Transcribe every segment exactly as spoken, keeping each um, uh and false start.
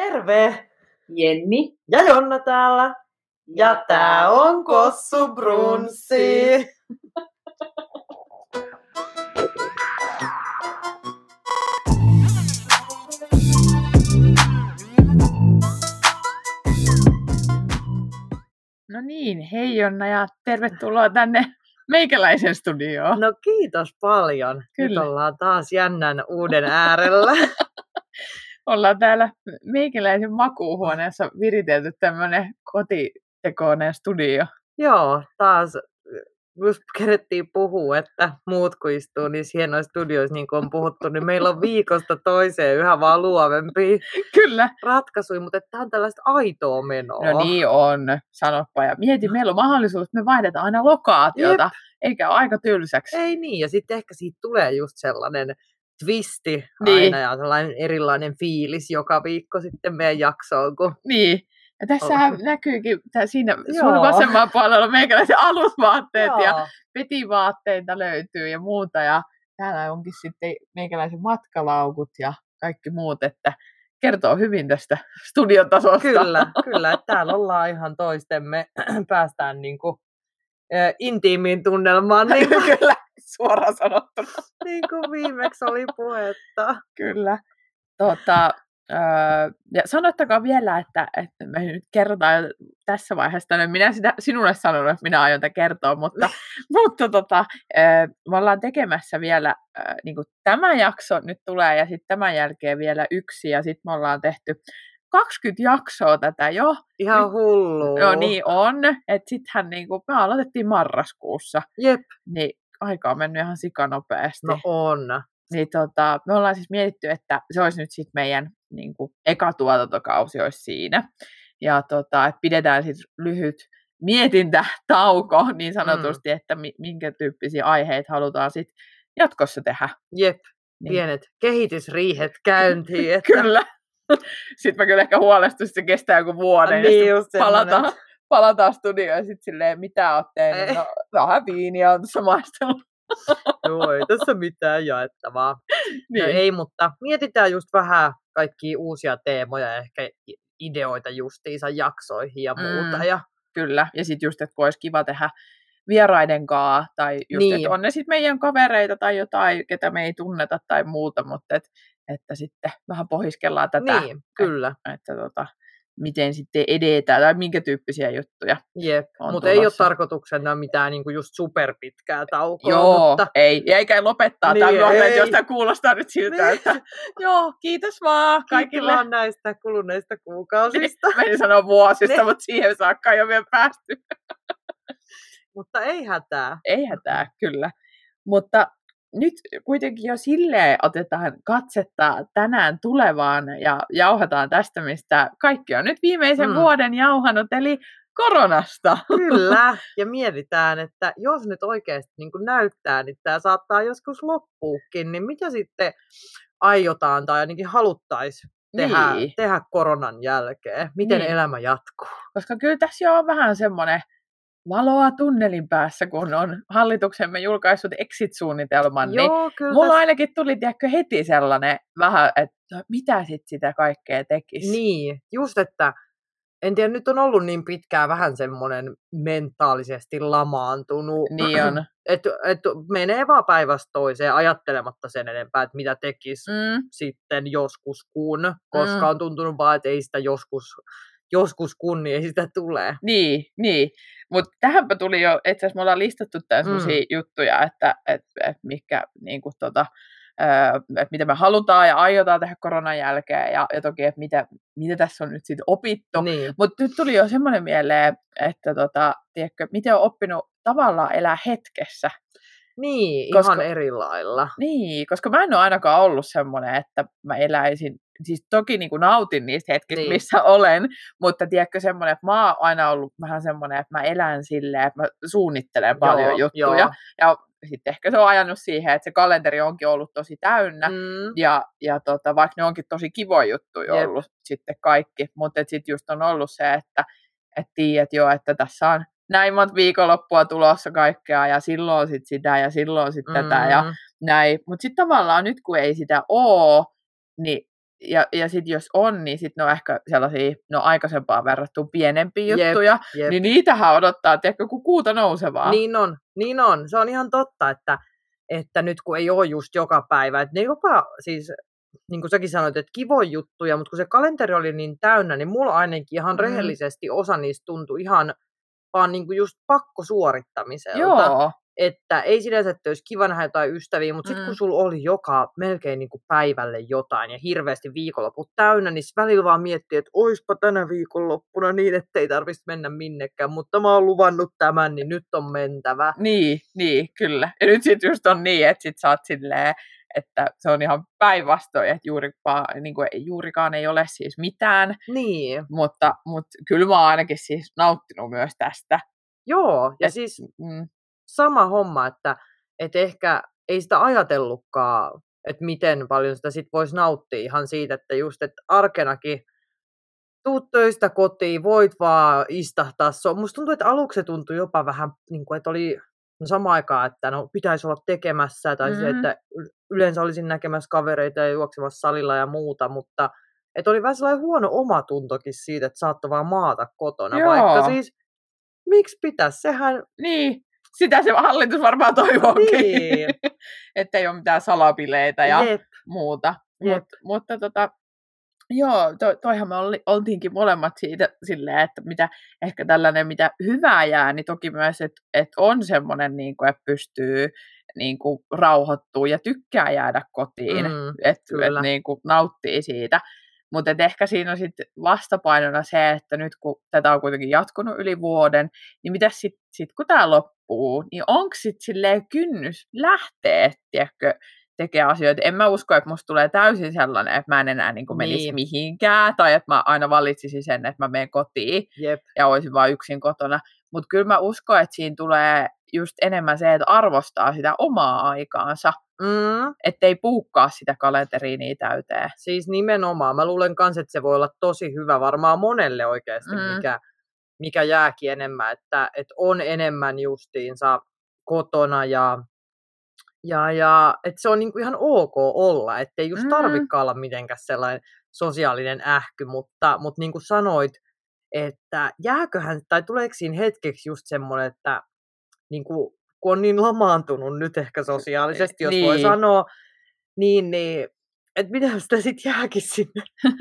Terve! Jenni ja Jonna täällä. Ja, ja tää on Kossu Brunssi. No niin, hei Jonna ja tervetuloa tänne meikäläisen studioon. No kiitos paljon. Kyllä. Nyt ollaan taas jännän uuden äärellä. Ollaan täällä meikäläisen makuuhuoneessa viritelty tämmönen kotitekoinen studio. Joo, taas just kerettiin puhua, että muut kun istuu niissä hienoissa studioissa, niin kuin on puhuttu, niin meillä on viikosta toiseen yhä vaan luovempia Kyllä. ratkaisuja, mutta tämä on tällaista aitoa menoa. No niin on, sanoppa. Ja mieti, meillä on mahdollisuus, että me vaihdetaan aina lokaatiota, Jep. eikä ole aika tylsäksi. Ei niin, ja sitten ehkä siitä tulee just sellainen twisti niin. aina ja sellainen erilainen fiilis joka viikko sitten meidän jaksoon. Kun... Niin. Ja tässähän oh. näkyykin tää siinä sun vasemmalla puolella meikäläisen alusvaatteet Joo. ja petivaatteita löytyy ja muuta. Ja täällä onkin sitten meikäläisen matkalaukut ja kaikki muut, että kertoo hyvin tästä studiotasosta. Kyllä, kyllä. Että täällä ollaan ihan toistemme, päästään niinku äh, intiimiin tunnelmaan. Niin kuin, kyllä, suoraan sanottuna. Niin kuin viimeksi oli puhetta. Kyllä. Tota... Öö, ja sanottakaa vielä, että, että me nyt kerrotaan tässä vaiheessa, että minä sitä sinulle sanonut, että minä aion tätä kertoa, mutta, mutta tota, öö, me ollaan tekemässä vielä, öö, niin kuin tämä jakso nyt tulee ja sitten tämän jälkeen vielä yksi ja sitten me ollaan tehty kaksikymmentä jaksoa tätä jo. Ihan hullua. No niin on, että sittenhän niin kuin, me aloitettiin marraskuussa. Jep. Niin aika on mennyt ihan sikanopeasti. No on. Niin tota, me ollaan siis mietitty, että se olisi nyt sitten meidän niin kuin, eka tuotantokausi olisi siinä. Ja tota, että pidetään sitten lyhyt mietintätauko niin sanotusti, mm. että mi- minkä tyyppisiä aiheita halutaan sitten jatkossa tehdä. Jep, niin. Pienet kehitysriihet käyntiin. Että... Kyllä. Sitten mä kyllä ehkä huolestun, että se kestää joku vuoden. Niin, ja sitten palataan, palataan studioon ja sitten silleen, mitä oot tehnyt? No, vähän viiniä on tuossa maistellut. Joo, ei tässä mitään jaettavaa. Niin. No ei, mutta mietitään just vähän kaikkia uusia teemoja ja ehkä ideoita justiinsa jaksoihin ja muuta. Mm, ja... Kyllä, ja sitten just, että kun olisi kiva tehdä vieraiden kaa, tai just, niin. että on ne sitten meidän kavereita tai jotain, ketä me ei tunneta tai muuta, mutta et, että sitten vähän pohiskellaan tätä. Niin, kyllä. Että, että tota, miten sitten edetään tai minkä tyyppisiä juttuja. Jep, mutta ei ole tarkoituksena mitään niinku just superpitkää taukoa. Joo, mutta... ei. Ja eikä lopettaa. Niin, Tämä ei. jostain kuulostaa nyt siltä, niin. että joo, kiitos vaan kaikille. Kiitos näistä kuluneista kuukausista. Mä en sano vuosista, niin. mutta siihen saakka ei ole vielä päästy. Mutta ei hätää. Ei hätää, kyllä. Mutta nyt kuitenkin jo silleen otetaan katsetta tänään tulevaan ja jauhataan tästä, mistä kaikki on nyt viimeisen mm. vuoden jauhanut, eli koronasta. Kyllä, ja mietitään, että jos nyt oikeasti niin kuin näyttää, niin tämä saattaa joskus loppuukin, niin mitä sitten aiotaan tai ainakin haluttaisiin tehdä, niin. tehdä koronan jälkeen? Miten niin. elämä jatkuu? Koska kyllä tässä jo on vähän semmoinen valoa tunnelin päässä, kun on hallituksemme julkaissut exit-suunnitelman, Joo, niin mulla täs... ainakin tuli tiedätkö, heti sellainen vähän, että mitä sitten sitä kaikkea tekisi. Niin, just että, en tiedä, nyt on ollut niin pitkään vähän semmoinen mentaalisesti lamaantunut. Niin on. Että et menee vaan päivästä toiseen ajattelematta sen enempää, että mitä tekisi mm. sitten joskus kun, koska mm. on tuntunut vaan, että ei sitä joskus... Joskus kun, niin ei sitä tule. Niin, niin. Mutta tähänpä tuli jo, itse asiassa me ollaan listattu tämän sellaisia mm. juttuja, että et, et mikä, niinku, tota, että mitä me halutaan ja aiotaan tehdä koronan jälkeen ja, ja toki, että mitä, mitä tässä on nyt sitten opittu. Niin. Mutta nyt tuli jo semmoinen mieleen, että tota, tiedätkö, miten on oppinut tavallaan elää hetkessä. Niin, koska, ihan eri lailla. Niin, koska mä en ole ainakaan ollut semmoinen, että mä eläisin, siis toki niin kuin nautin niistä hetkistä, niin. missä olen, mutta tiedätkö semmoinen, että mä oon aina ollut vähän semmoinen, että mä elän silleen, että mä suunnittelen paljon joo, juttuja. Joo. Ja sitten ehkä se on ajanut siihen, että se kalenteri onkin ollut tosi täynnä, mm. ja, ja tota, vaikka ne onkin tosi kivoja juttuja Jep. ollut sitten kaikki, mutta sitten just on ollut se, että et tiedät jo, että tässä on näin monta viikonloppua tulossa kaikkea, ja silloin sitten sitä, ja silloin sitten mm. tätä, ja näin. Mutta sitten tavallaan nyt, kun ei sitä ole, niin Ja, ja sitten jos on, niin sitten ne on ehkä sellaisia, no aikaisempaan verrattuna pienempiä Jep, juttuja, jep. niin niitähän odottaa, tiedätkö, kuin kuuta nousevaa. Niin on, niin on. Se on ihan totta, että, että nyt kun ei ole just joka päivä, että ne jopa siis, niin kuin säkin sanoit, että kivoja juttuja, mutta kun se kalenteri oli niin täynnä, niin mulla ainakin ihan Mm. rehellisesti osa niistä tuntui ihan vaan niin kuin just pakkosuorittamiselta. Joo. Että ei sinänsä, että olisi kiva nähdä jotain ystäviä, mutta sitten Mm. kun sulla oli joka melkein niin kuin päivälle jotain ja hirveästi viikonloput täynnä, niin välillä vaan miettii, että oispa tänä viikonloppuna niin, ettei tarvitsisi mennä minnekään, mutta mä oon luvannut tämän, niin nyt on mentävä. Niin, niin, kyllä. Ja nyt sitten just on niin, että sit sä oot silleen, että se on ihan päinvastoin, että juurikaan, niin kuin, juurikaan ei ole siis mitään, Niin, mutta, mutta kyllä mä oon ainakin siis nauttinut myös tästä. joo, ja Et, siis mm, sama homma, että, että ehkä ei sitä ajatellutkaan, että miten paljon sitä sit voisi nauttia ihan siitä, että just, että arkenakin tuut töistä kotiin, voit vaan istahtaa. So, musta tuntuu, että aluksi se tuntui jopa vähän, niin kuin, että oli no samaan aikaan, että no, pitäisi olla tekemässä, tai mm. se, mm, että y- yleensä olisin näkemässä kavereita ja juoksemassa salilla ja muuta, mutta että oli vähän sellainen huono omatuntokin siitä, että saattoi vaan maata kotona, Joo. vaikka siis miksi pitäisi, sehän niin, sitä se hallitus varmaan toivookin, niin, että ei ole mitään salabileitä ja jep, muuta. Jep. Mut, mutta tota, joo, to, toihan me oli, oltiinkin molemmat siitä silleen, että mitä, ehkä tällainen, mitä hyvää jää, niin toki myös, että et on semmoinen, niin kuin, että pystyy niin kuin, rauhoittua ja tykkää jäädä kotiin, Mm, että kyllä. et, niin kuin, nauttii siitä. Mutta ehkä siinä on sitten vastapainona se, että nyt kun tätä on kuitenkin jatkunut yli vuoden, niin mitä sitten sit, kun tämä loppuu, niin onko sitten silleen kynnys lähteä, tiedätkö, tekemään asioita. En mä usko, että musta tulee täysin sellainen, että mä en enää niin kuin menisi Niin. mihinkään, tai että mä aina valitsisin sen, että mä menen kotiin Jep, ja olisin vaan yksin kotona. Mutta kyllä mä uskon, että siinä tulee just enemmän se, että arvostaa sitä omaa aikaansa, mm, ettei puukkaa sitä kalenteria niin täyteen. siis nimenomaan. Mä luulen kans, että se voi olla tosi hyvä varmaan monelle oikeasti, Mm. mikä, mikä jääkin enemmän, että, että on enemmän justiinsa kotona ja, ja, ja että se on niinku ihan ok olla, ettei just Mm. tarvikaan olla mitenkään sellainen sosiaalinen ähky, mutta, mutta niin kuin sanoit, että jääköhän, tai tuleeko siinä hetkeksi just semmoinen, että niin kuin, kun on niin lamaantunut nyt ehkä sosiaalisesti, jos voi Niin. sanoa, niin, niin että mitä sitä sitten jääkin sinne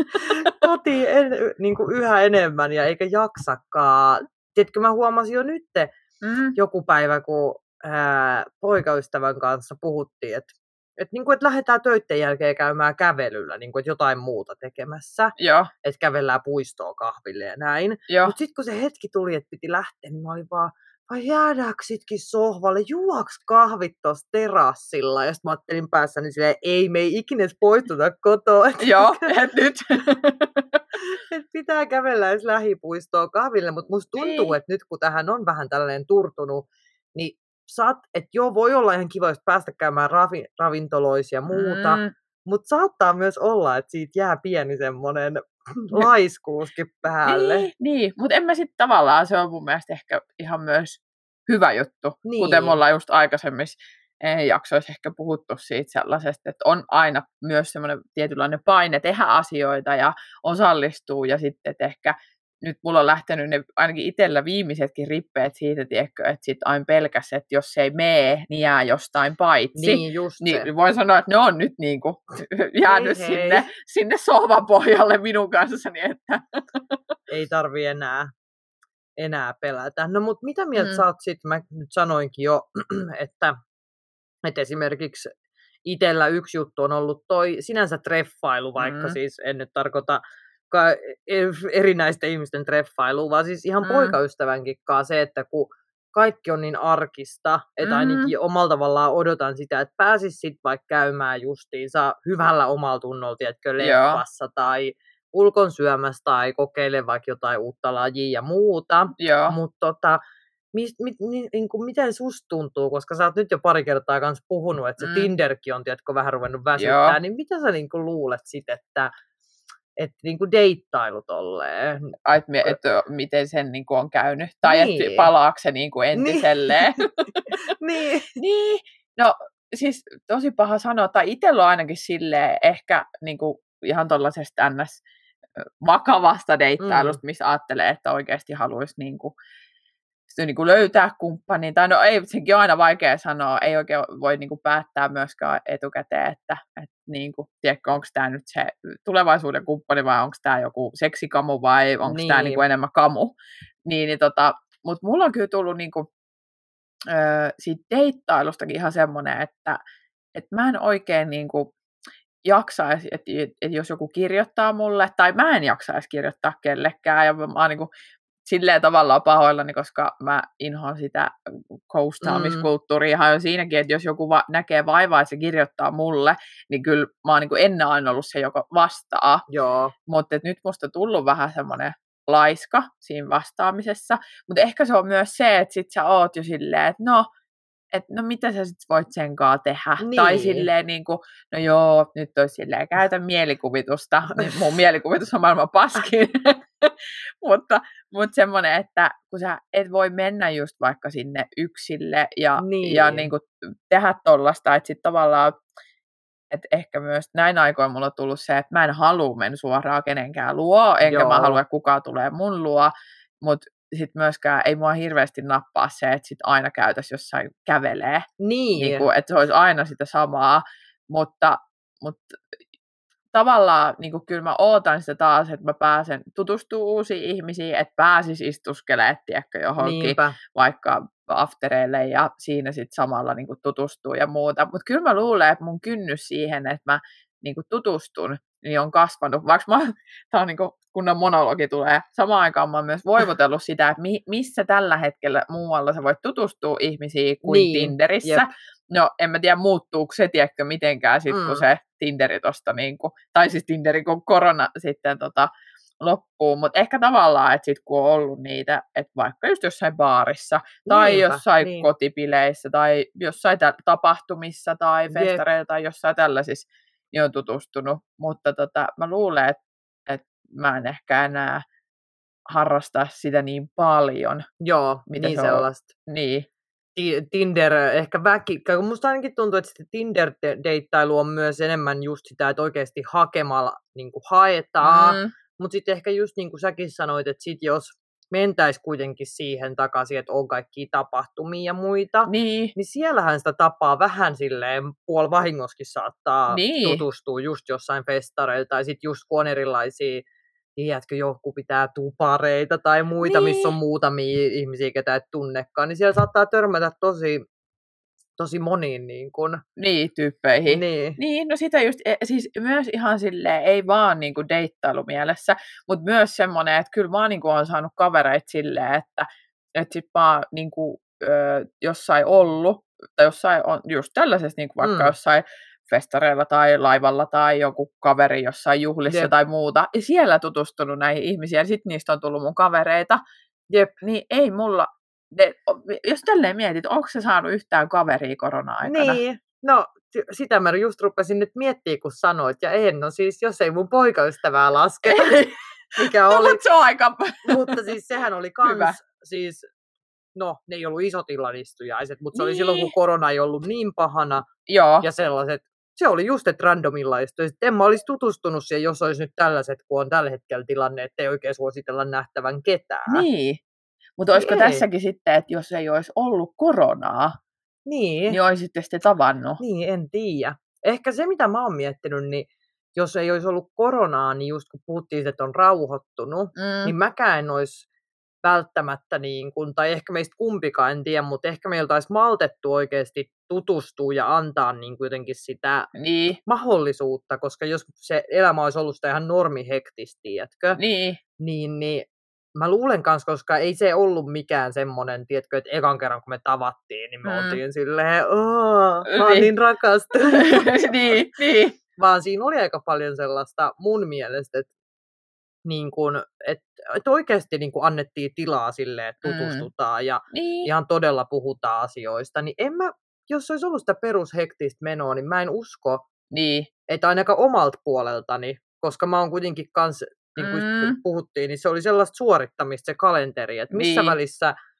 kotiin en, niin kuin yhä enemmän ja eikä jaksakaan. Tiedätkö, mä huomasin jo nyt Mm. joku päivä, kun ää, poikaystävän kanssa puhuttiin, että et, niin kuin, että lähdetään töiden jälkeen käymään kävelyllä, niin kuin, että jotain muuta tekemässä, Joo, että kävellään puistoon kahville ja näin. joo. Mutta sitten kun se hetki tuli, että piti lähteä, niin mä olin vaan, vai jäädäänkö sitkin sohvalle, juoks kahvit tuossa terassilla? Ja sitten mä ajattelin päässäni silleen, ei, me ei ikinä edes poistuta kotoa. Että Joo, et nyt. et pitää kävellä edes lähipuistoon kahville, mutta musta tuntuu, Niin. että nyt kun tähän on vähän tällainen turtunut, niin saat, että joo, voi olla ihan kiva, jos päästä käymään ravi, ravintoloisia ja muuta, Mm. mutta saattaa myös olla, että siitä jää pieni semmoinen laiskuuskin päälle. Niin, niin. Mutta en mä sitten tavallaan, se on mun mielestä ehkä ihan myös hyvä juttu, Niin. kuten me ollaan just aikaisemmissa eh, jaksoissa ehkä puhuttu siitä sellaisesta, että on aina myös semmoinen tietynlainen paine tehdä asioita ja osallistua ja sitten, että ehkä nyt mulla on lähtenyt ne ainakin itsellä viimeisetkin rippeet siitä, tiedätkö, että sit aina pelkäs, että jos se ei mee, niin jää jostain paitsi. Niin, just se. Niin voin sanoa, että ne on nyt niin kuin jäänyt Hei, hei. sinne, sinne sohvan pohjalle minun kanssani, että Ei tarvi enää, enää pelätä. No mutta mitä mieltä Mm. sä oot sitten, mä nyt sanoinkin jo, että, että esimerkiksi itsellä yksi juttu on ollut toi sinänsä treffailu, vaikka Mm. siis en nyt tarkoita ka- erinäisten ihmisten treffailua, vaan siis ihan Mm. poikaystävänkin kanssa se, että kun kaikki on niin arkista, että Mm. ainakin omalla tavallaan odotan sitä, että pääsis sit vaikka käymään justiinsa hyvällä omalla tunnolla, tiedätkö, leffassa tai ulkon syömässä tai kokeile vaikka jotain uutta lajia ja muuta. Joo. Mutta tota, mis, mit, niin, niin kuin, miten susta tuntuu, koska sä oot nyt jo pari kertaa kanssa puhunut, että se Mm. Tinderkin on tiedätkö, vähän ruvennut väsyttää, Joo. niin mitä sä niin kuin luulet sit, että että niin kuin deittailu tolleen? Ai, et, mie- et, miten sen niin kuin on käynyt, tai Niin. että palaako se niin kuin entiselleen. Niin. Niin, no siis tosi paha sanoa, tai itsellä on ainakin silleen ehkä niin kuin ihan tuollaisesta ns. Vakavasta deittailusta, Mm. missä ajattelee, että oikeasti haluaisi niin kuin, niin kuin löytää kumppanin. Tai no ei, sekin on aina vaikea sanoa, ei oikein voi niin kuin päättää myöskään etukäteen, että, että niin kuin, tiedätkö, onko tämä nyt se tulevaisuuden kumppani vai onko tämä joku seksikamu vai onko niin. tämä niin kuin enemmän kamu. Niin, niin tota, mutta mulla on kyllä tullut niin kuin, öö, siitä deittailustakin ihan semmoinen, että, että mä en oikein niin kuin, jaksaisi, että, että jos joku kirjoittaa mulle, tai mä en jaksaisi kirjoittaa kellekään, ja mä oon niin kuin, silleen tavallaan pahoillani, koska mä inhoan sitä koustaamiskulttuuria ihan jo siinäkin, että jos joku va- näkee vaivaa ja se kirjoittaa mulle, niin kyllä mä oon niin kuin ennen aina ollut se, joka vastaa. Joo. Mutta nyt musta on tullut vähän semmoinen laiska siinä vastaamisessa, mutta ehkä se on myös se, että sit sä oot jo silleen, että no, että no mitä sä sit voit senkaan tehdä. Niin. Tai silleen niin kuin, no joo, nyt olisi silleen, käytä mielikuvitusta. Mun mielikuvitus on maailman paskin. mutta mutta semmoinen, että kun sä et voi mennä just vaikka sinne yksille ja, niin. ja niin kuin tehdä tollasta, että sit tavallaan, että ehkä myös näin aikoina mulla on tullut se, että mä en halua mennä suoraan kenenkään luo, enkä joo. mä halua, että kukaan tulee mun luo, mutta sitten myöskään ei mua hirveästi nappaa se, että sit aina käytäisi jossain kävelee. Niin. Niin kuin, että se olisi aina sitä samaa, mutta, mutta tavallaan niin kuin, kyllä mä ootan sitä taas, että mä pääsen tutustumaan uusiin ihmisiin, että pääsis istuskelemaan, tiedätkö, johonkin Niinpä. vaikka aftereille ja siinä sitten samalla niin kuin, tutustuu ja muuta. Mutta kyllä mä luulen, että mun kynnys siihen, että mä niin kuin, tutustun, niin on kasvanut. Vaikka mä, tää on niin kuin, kunnan monologi tulee. Samaan aikaan mä oon myös voivotellut sitä, että mi, missä tällä hetkellä muualla sä voit tutustua ihmisiin kuin niin, Tinderissä. Jep. No, en mä tiedä, muuttuuko se, tiedätkö, mitenkään sit, mm. kun se Tinderi tosta, niin kuin, tai siis Tinderi, kun korona sitten tota, loppuu. Mutta ehkä tavallaan, että sit kun on ollut niitä, että vaikka just jossain baarissa, tai Niinpä, jossain niin. kotipileissä, tai jossain tä- tapahtumissa, tai festareilla, tai jossain tällaisissa, niin on tutustunut. Mutta tota, mä luulen, että et mä en ehkä enää harrasta sitä niin paljon. Joo, mitä niin se sellaista. On. Niin. Tinder ehkä väki, kun musta ainakin tuntuu, että Tinder-deittailu on myös enemmän just sitä, että oikeasti hakemalla niin kuin haetaan, mm. mutta sitten ehkä just niin kuin säkin sanoit, että sit jos mentäisi kuitenkin siihen takaisin, että on kaikkia tapahtumia ja muita, niin, niin siellähän sitä tapaa vähän silleen puolivahingoskin saattaa niin. tutustua just jossain festareilla, tai sitten just kun on erilaisia, tiedätkö, joku pitää tupareita tai muita, niin. missä on muutamia ihmisiä, ketä et tunnekaan, niin siellä saattaa törmätä tosi, tosi moniin niin kun. Niin, tyyppeihin. Niin. niin, no sitä just, siis myös ihan silleen, ei vaan niin kuin deittailu mielessä, mutta myös semmoinen, että kyllä mä niin kuin olen saanut kavereita silleen, että, että sit mä oon niin kuin, ö, jossain ollut, tai jossain on just tällaisessa, niin kuin vaikka mm. jossain festareilla tai laivalla tai joku kaveri jossain juhlissa Jep. tai muuta, ja siellä tutustunut näihin ihmisiin, ja sitten niistä on tullut mun kavereita, Jep. niin ei mulla, de, jos tälleen mietit, onko sä saanut yhtään kaveria korona-aikana? Niin, no sitä mä just rupesin nyt miettimään, kun sanoit, ja en, no siis jos ei mun poikaystävää lasketa, mikä oli, no, se on aika... mutta siis sehän oli kans, Hyvä. siis no, ne ei ollut isot illanistujaiset, mutta se niin. oli silloin, kun korona ei ollut niin pahana, Joo. ja sellaiset, se oli just, että randomilla istui. En mä olisi tutustunut siihen, jos olisi nyt tällaiset, kun on tällä hetkellä tilanne, että ei oikein suositella nähtävän ketään. Niin, mutta olisiko ei. tässäkin sitten, että jos ei olisi ollut koronaa, niin, niin olisitte sitten tavannut? Niin, en tiedä. Ehkä se, mitä mä oon miettinyt, niin jos ei olisi ollut koronaa, niin just kun puhuttiin, että on rauhoittunut, mm. niin mäkään en olisi välttämättä, niin kuin, tai ehkä meistä kumpikaan, en tiedä, mutta ehkä meiltä olisi maltettu oikeasti tutustua ja antaa niin kuin jotenkin sitä niin. mahdollisuutta, koska jos se elämä olisi ollut sitä ihan normihektistä, tiedätkö? Niin. Niin, niin mä luulen kanssa, koska ei se ollut mikään semmoinen, tiedätkö, että ekan kerran kun me tavattiin, niin me mm. oltiin silleen, ooo, mä oon niin rakastunut. niin, niin. Vaan siinä oli aika paljon sellaista mun mielestä, että niin kun, et, et oikeasti niin kun annettiin tilaa silleen, että tutustutaan mm. ja niin. ihan todella puhutaan asioista, niin en mä, jos olisi ollut sitä perushektistä menoa, niin mä en usko, niin. että ainakaan omalta puoleltani, koska mä oon kuitenkin kans, niin kuin mm. puhuttiin, niin se oli sellaista suorittamista se kalenteri, että missä niin. välissä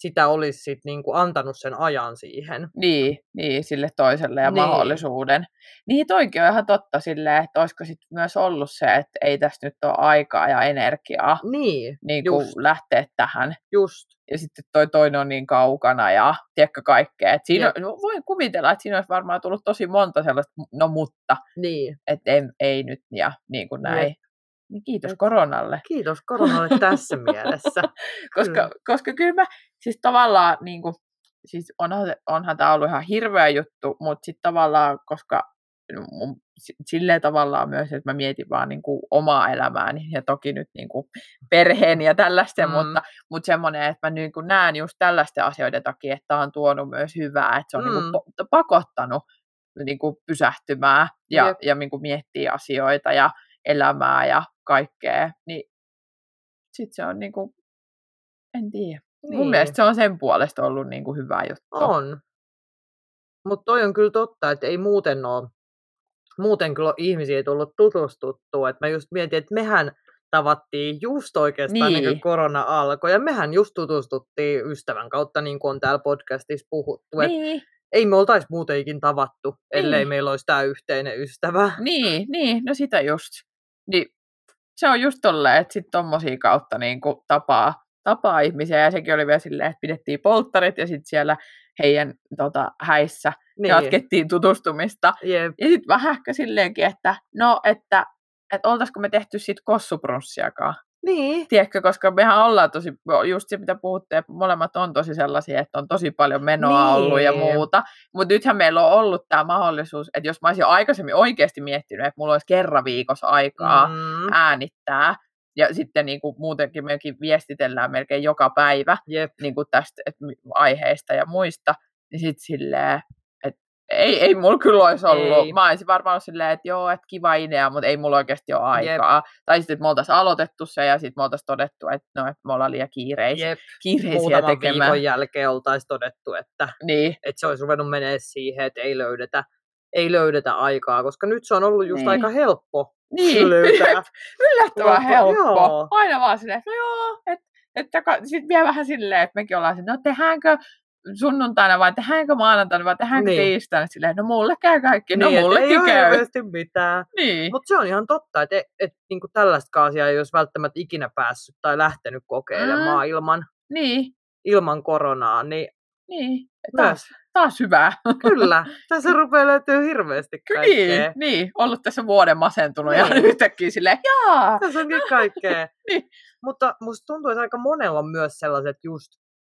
sitä olisi sit niinku antanut sen ajan siihen. Niin, niin sille toiselle ja Niin. mahdollisuuden. Niin toikin on ihan totta silleen, että olisiko sitten myös ollut se, että ei tässä nyt ole aikaa ja energiaa Niin, niin kuin just. lähteä tähän. Just. Ja sitten toi toinen on niin kaukana ja tiedätkö kaikkea. Et siinä Jep. on, no, voin kuvitella, että siinä olisi varmaan tullut tosi monta sellaista, no mutta, Niin. että ei, ei nyt ja niin kuin näin. Jep. Niin kiitos Et koronalle. Kiitos koronalle tässä mielessä. koska, Kyllä. koska kyllä mä, siis tavallaan, niin kuin, siis onhan, onhan tämä ollut ihan hirveä juttu, mutta sitten tavallaan, koska mun, silleen tavallaan myös, että mä mietin vaan niin kuin omaa elämääni ja toki nyt niin kuin perheen ja tällaisten, mm. mutta, mutta semmoinen, että mä niin kuin näen just tällaisten asioiden takia, että tämä on tuonut myös hyvää, että se on mm. niin kuin pakottanut niin kuin pysähtymään ja, yep. ja niin kuin miettiä asioita ja elämää ja kaikkea, niin sitten se on niin kuin, en tiedä. Niin. Mun mielestä se on sen puolesta ollut niin kuin hyvä juttu. On. Mutta toi on kyllä totta, että ei muuten ole, muuten kyllä ihmisiä ei tullut tutustuttua. Et mä just mietin, että mehän tavattiin just oikeastaan niin. niin kuin korona alkoi. Ja mehän just tutustuttiin ystävän kautta, niin kuin on täällä podcastissa puhuttu. Niin. Ei me oltaisi muutenkin tavattu, niin. ellei meillä olisi tämä yhteinen ystävä. Niin, niin, no sitä just. Niin, se on just tolleen, että sitten tommosia kautta niin kuin tapaa, tapaa ihmisiä. Ja sekin oli vielä silleen, että pidettiin polttarit ja sitten siellä heidän tota, häissä niin. jatkettiin tutustumista. Jep. Ja sitten vähän ehkä silleenkin, että no, että, että oltaisiko me tehty sitten kossuprunssiakaan. Niin. Tiedätkö, koska mehän ollaan tosi, just se mitä puhutte, molemmat on tosi sellaisia, että on tosi paljon menoa niin. ollut ja muuta. Mutta nythän meillä on ollut tämä mahdollisuus, että jos mä olisin aikaisemmin oikeasti miettinyt, että mulla olisi kerran viikossa aikaa mm. äänittää, ja sitten niin kuin muutenkin mekin viestitellään melkein joka päivä niin kuin tästä et, aiheista ja muista, niin sitten silleen, että ei, ei mulla kyllä olisi ollut. Ei. Mä olisin varmaan ollut silleen, että joo, että kiva idea, mutta ei mulla oikeasti ole aikaa. Jep. Tai sitten, että me oltaisiin aloitettu se ja sitten me oltaisiin todettu, että, no, että me ollaan liian kiireisiä, kiireisiä Muutaman tekemään. viikon jälkeen oltaisiin todettu, että, niin. että se olisi ruvennut menee siihen, että ei löydetä, ei löydetä aikaa, koska nyt se on ollut just niin. aika helppo. Niin, löytää. Yllättävän helppo. Joo. Aina vaan silleen, että no joo, että et, sitten vielä vähän silleen, että mekin ollaan silleen, no tehdäänkö sunnuntaina vai tehdäänkö maanantaina vai tehdäänkö niin. tiistaina, silleen, no mulle käy kaikki, no niin, mullekin ei käy. Ei ole mitään. Niin. Mutta se on ihan totta, että et, et, niinku tällaista asiaa ei olisi välttämättä ikinä päässyt tai lähtenyt kokeilemaan mm. ilman, niin. ilman koronaa. Niin, niin. Taas, taas hyvää. Kyllä, tässä rupeaa löytyä hirveästi kaikkea. Niin, niin, ollut tässä vuoden masentunut niin. ja yhtäkkiä silleen, jaa. Tässä onkin kaikkea. niin. Mutta musta tuntuu, että aika monella on myös sellaiset just,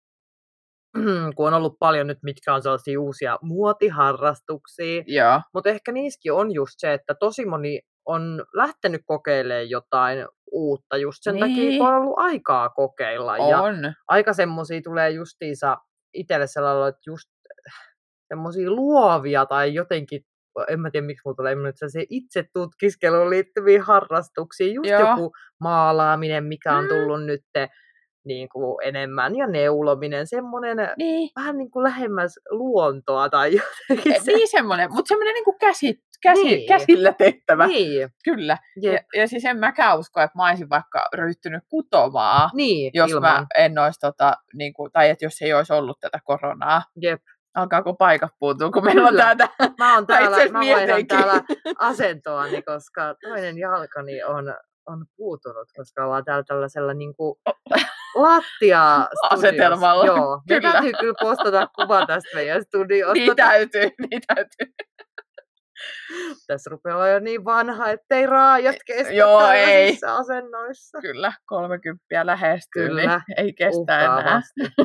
kun on ollut paljon nyt, mitkä on sellaisia uusia muotiharrastuksia. Mutta ehkä niissäkin on just se, että tosi moni on lähtenyt kokeilemaan jotain uutta just sen niin. takia, kun on ollut aikaa kokeilla. On. Ja aika semmosia tulee justiinsa itselle sellainen, että just semmosia luovia tai jotenkin, en mä tiedä miksi mulla tulee sellaisia itse tutkiskeluun liittyviä harrastuksia. Just Joo. joku maalaaminen, mikä on tullut mm. nyt niin kuin enemmän, ja neulominen, semmoinen niin. vähän niin kuin lähemmäs luontoa tai jotenkin. Se. Niin semmoinen, mutta semmoinen niin kuin käsi, käsi, niin. käsillä tehtävä. Niin. Kyllä. Ja, ja siis en mäkään usko, että mä olisin vaikka ryhtynyt kutomaan, niin, jos ilman. mä en olisi, tota, niin kuin, tai että jos ei olisi ollut tätä koronaa. Jep. Alkaako paikat puutua, kun meillä Kyllä. on täältä. Mä oon täällä, mä vaihdan täällä asentoani, koska toinen jalkani on, on puutunut, koska ollaan täällä tällaisella niin kuin lattia-asetelmalla. Joo, me kyllä. täytyy kyllä postata kuva tästä meidän studiosta. Niin täytyy, niin täytyy. Tässä rupeaa olla jo niin vanha, ettei raajat kestä Joo, tällaisissa ei. asennoissa. Kyllä, kolmekymppiä lähestyy, kyllä. niin ei kestä enää.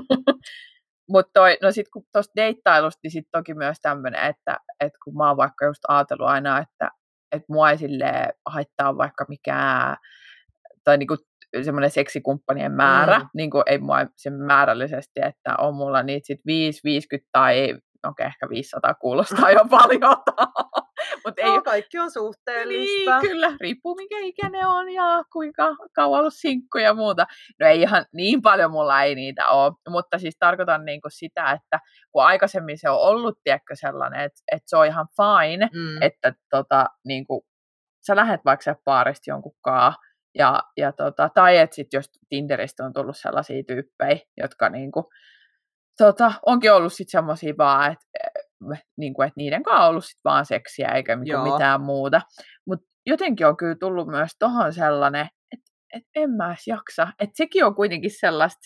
Mutta no sitten kun tuosta deittailusta, niin sitten toki myös tämmöinen, että, että kun mä oon vaikka just ajatellut aina, että, että mua ei silleen haittaa vaikka mikään, tai niinku semmoinen seksikumppanien määrä, mm. niin kuin ei mua sen määrällisesti, että on mulla niitä sitten viisi, viisikymmentä tai okei, ehkä viisisataa kuulostaa jo paljon. Mut ei, no, kaikki on suhteellista. Niin, kyllä, riippuu minkä ikäinen on ja kuinka kauan ollut sinkku ja muuta. No ei ihan niin paljon mulla ei niitä ole, mutta siis tarkoitan niinku sitä, että kun aikaisemmin se on ollut tiedätkö, sellainen, että, että se on ihan fine, mm. että tota, niinku, sä lähdet vaikka sä baarista jonkunkaan, ja, ja tota, tai että sit jos Tinderistä on tullut sellaisia tyyppejä, jotka niinku, tota, onkin ollut sitten semmosia vaan, että niinku, et niiden kanssa on ollut sit vaan seksiä eikä niinku mitään muuta. Mutta jotenkin on kyllä tullut myös tohon sellainen, että et en mä edes jaksa. Että sekin on kuitenkin sellaista,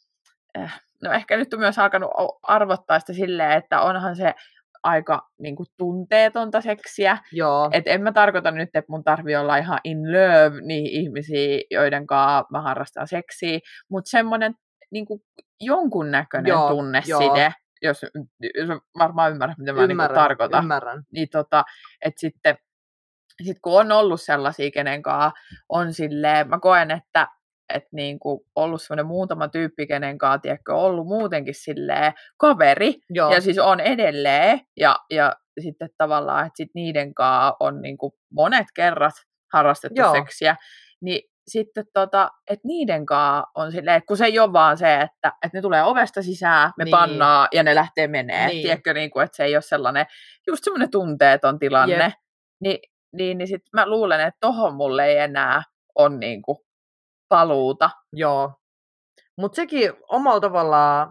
äh, no ehkä nyt on myös alkanut arvottaa sitä silleen, että onhan se aika niinku tunteetonta seksiä. Että en mä tarkoita nyt, että mun tarvii olla ihan in love niihin ihmisiin, joiden kanssa mä harrastan seksiä, mutta semmoinen niinku jonkunnäköinen tunneside, jos, jos varmaan ymmärrät, mitä mä ymmärrän, niinku tarkoitan. Ymmärrän. Niin tota, että sitten sit kun on ollut sellaisia, kenen kanssa on silleen, mä koen, että et niinku ollut semmoinen muutama tyyppi, kenen kanssa, tiedätkö, ollut muutenkin silleen kaveri, Joo. ja siis on edelleen, ja, ja sitten tavallaan, että sit niiden kanssa on niinku monet kerrat harrastettu Joo. seksiä, niin sitten tota, että niiden kanssa on silleen, kun se ei ole vaan se, että, että ne tulee ovesta sisään, me niin. pannaa ja ne lähtee menee, niin. Tiedätkö, niinku, että se ei ole sellainen, just semmoinen tunteeton tilanne, yep. Ni, niin, niin sitten mä luulen, että tohon mulle ei enää ole niinku paluuta. Joo, mutta sekin omalla tavallaan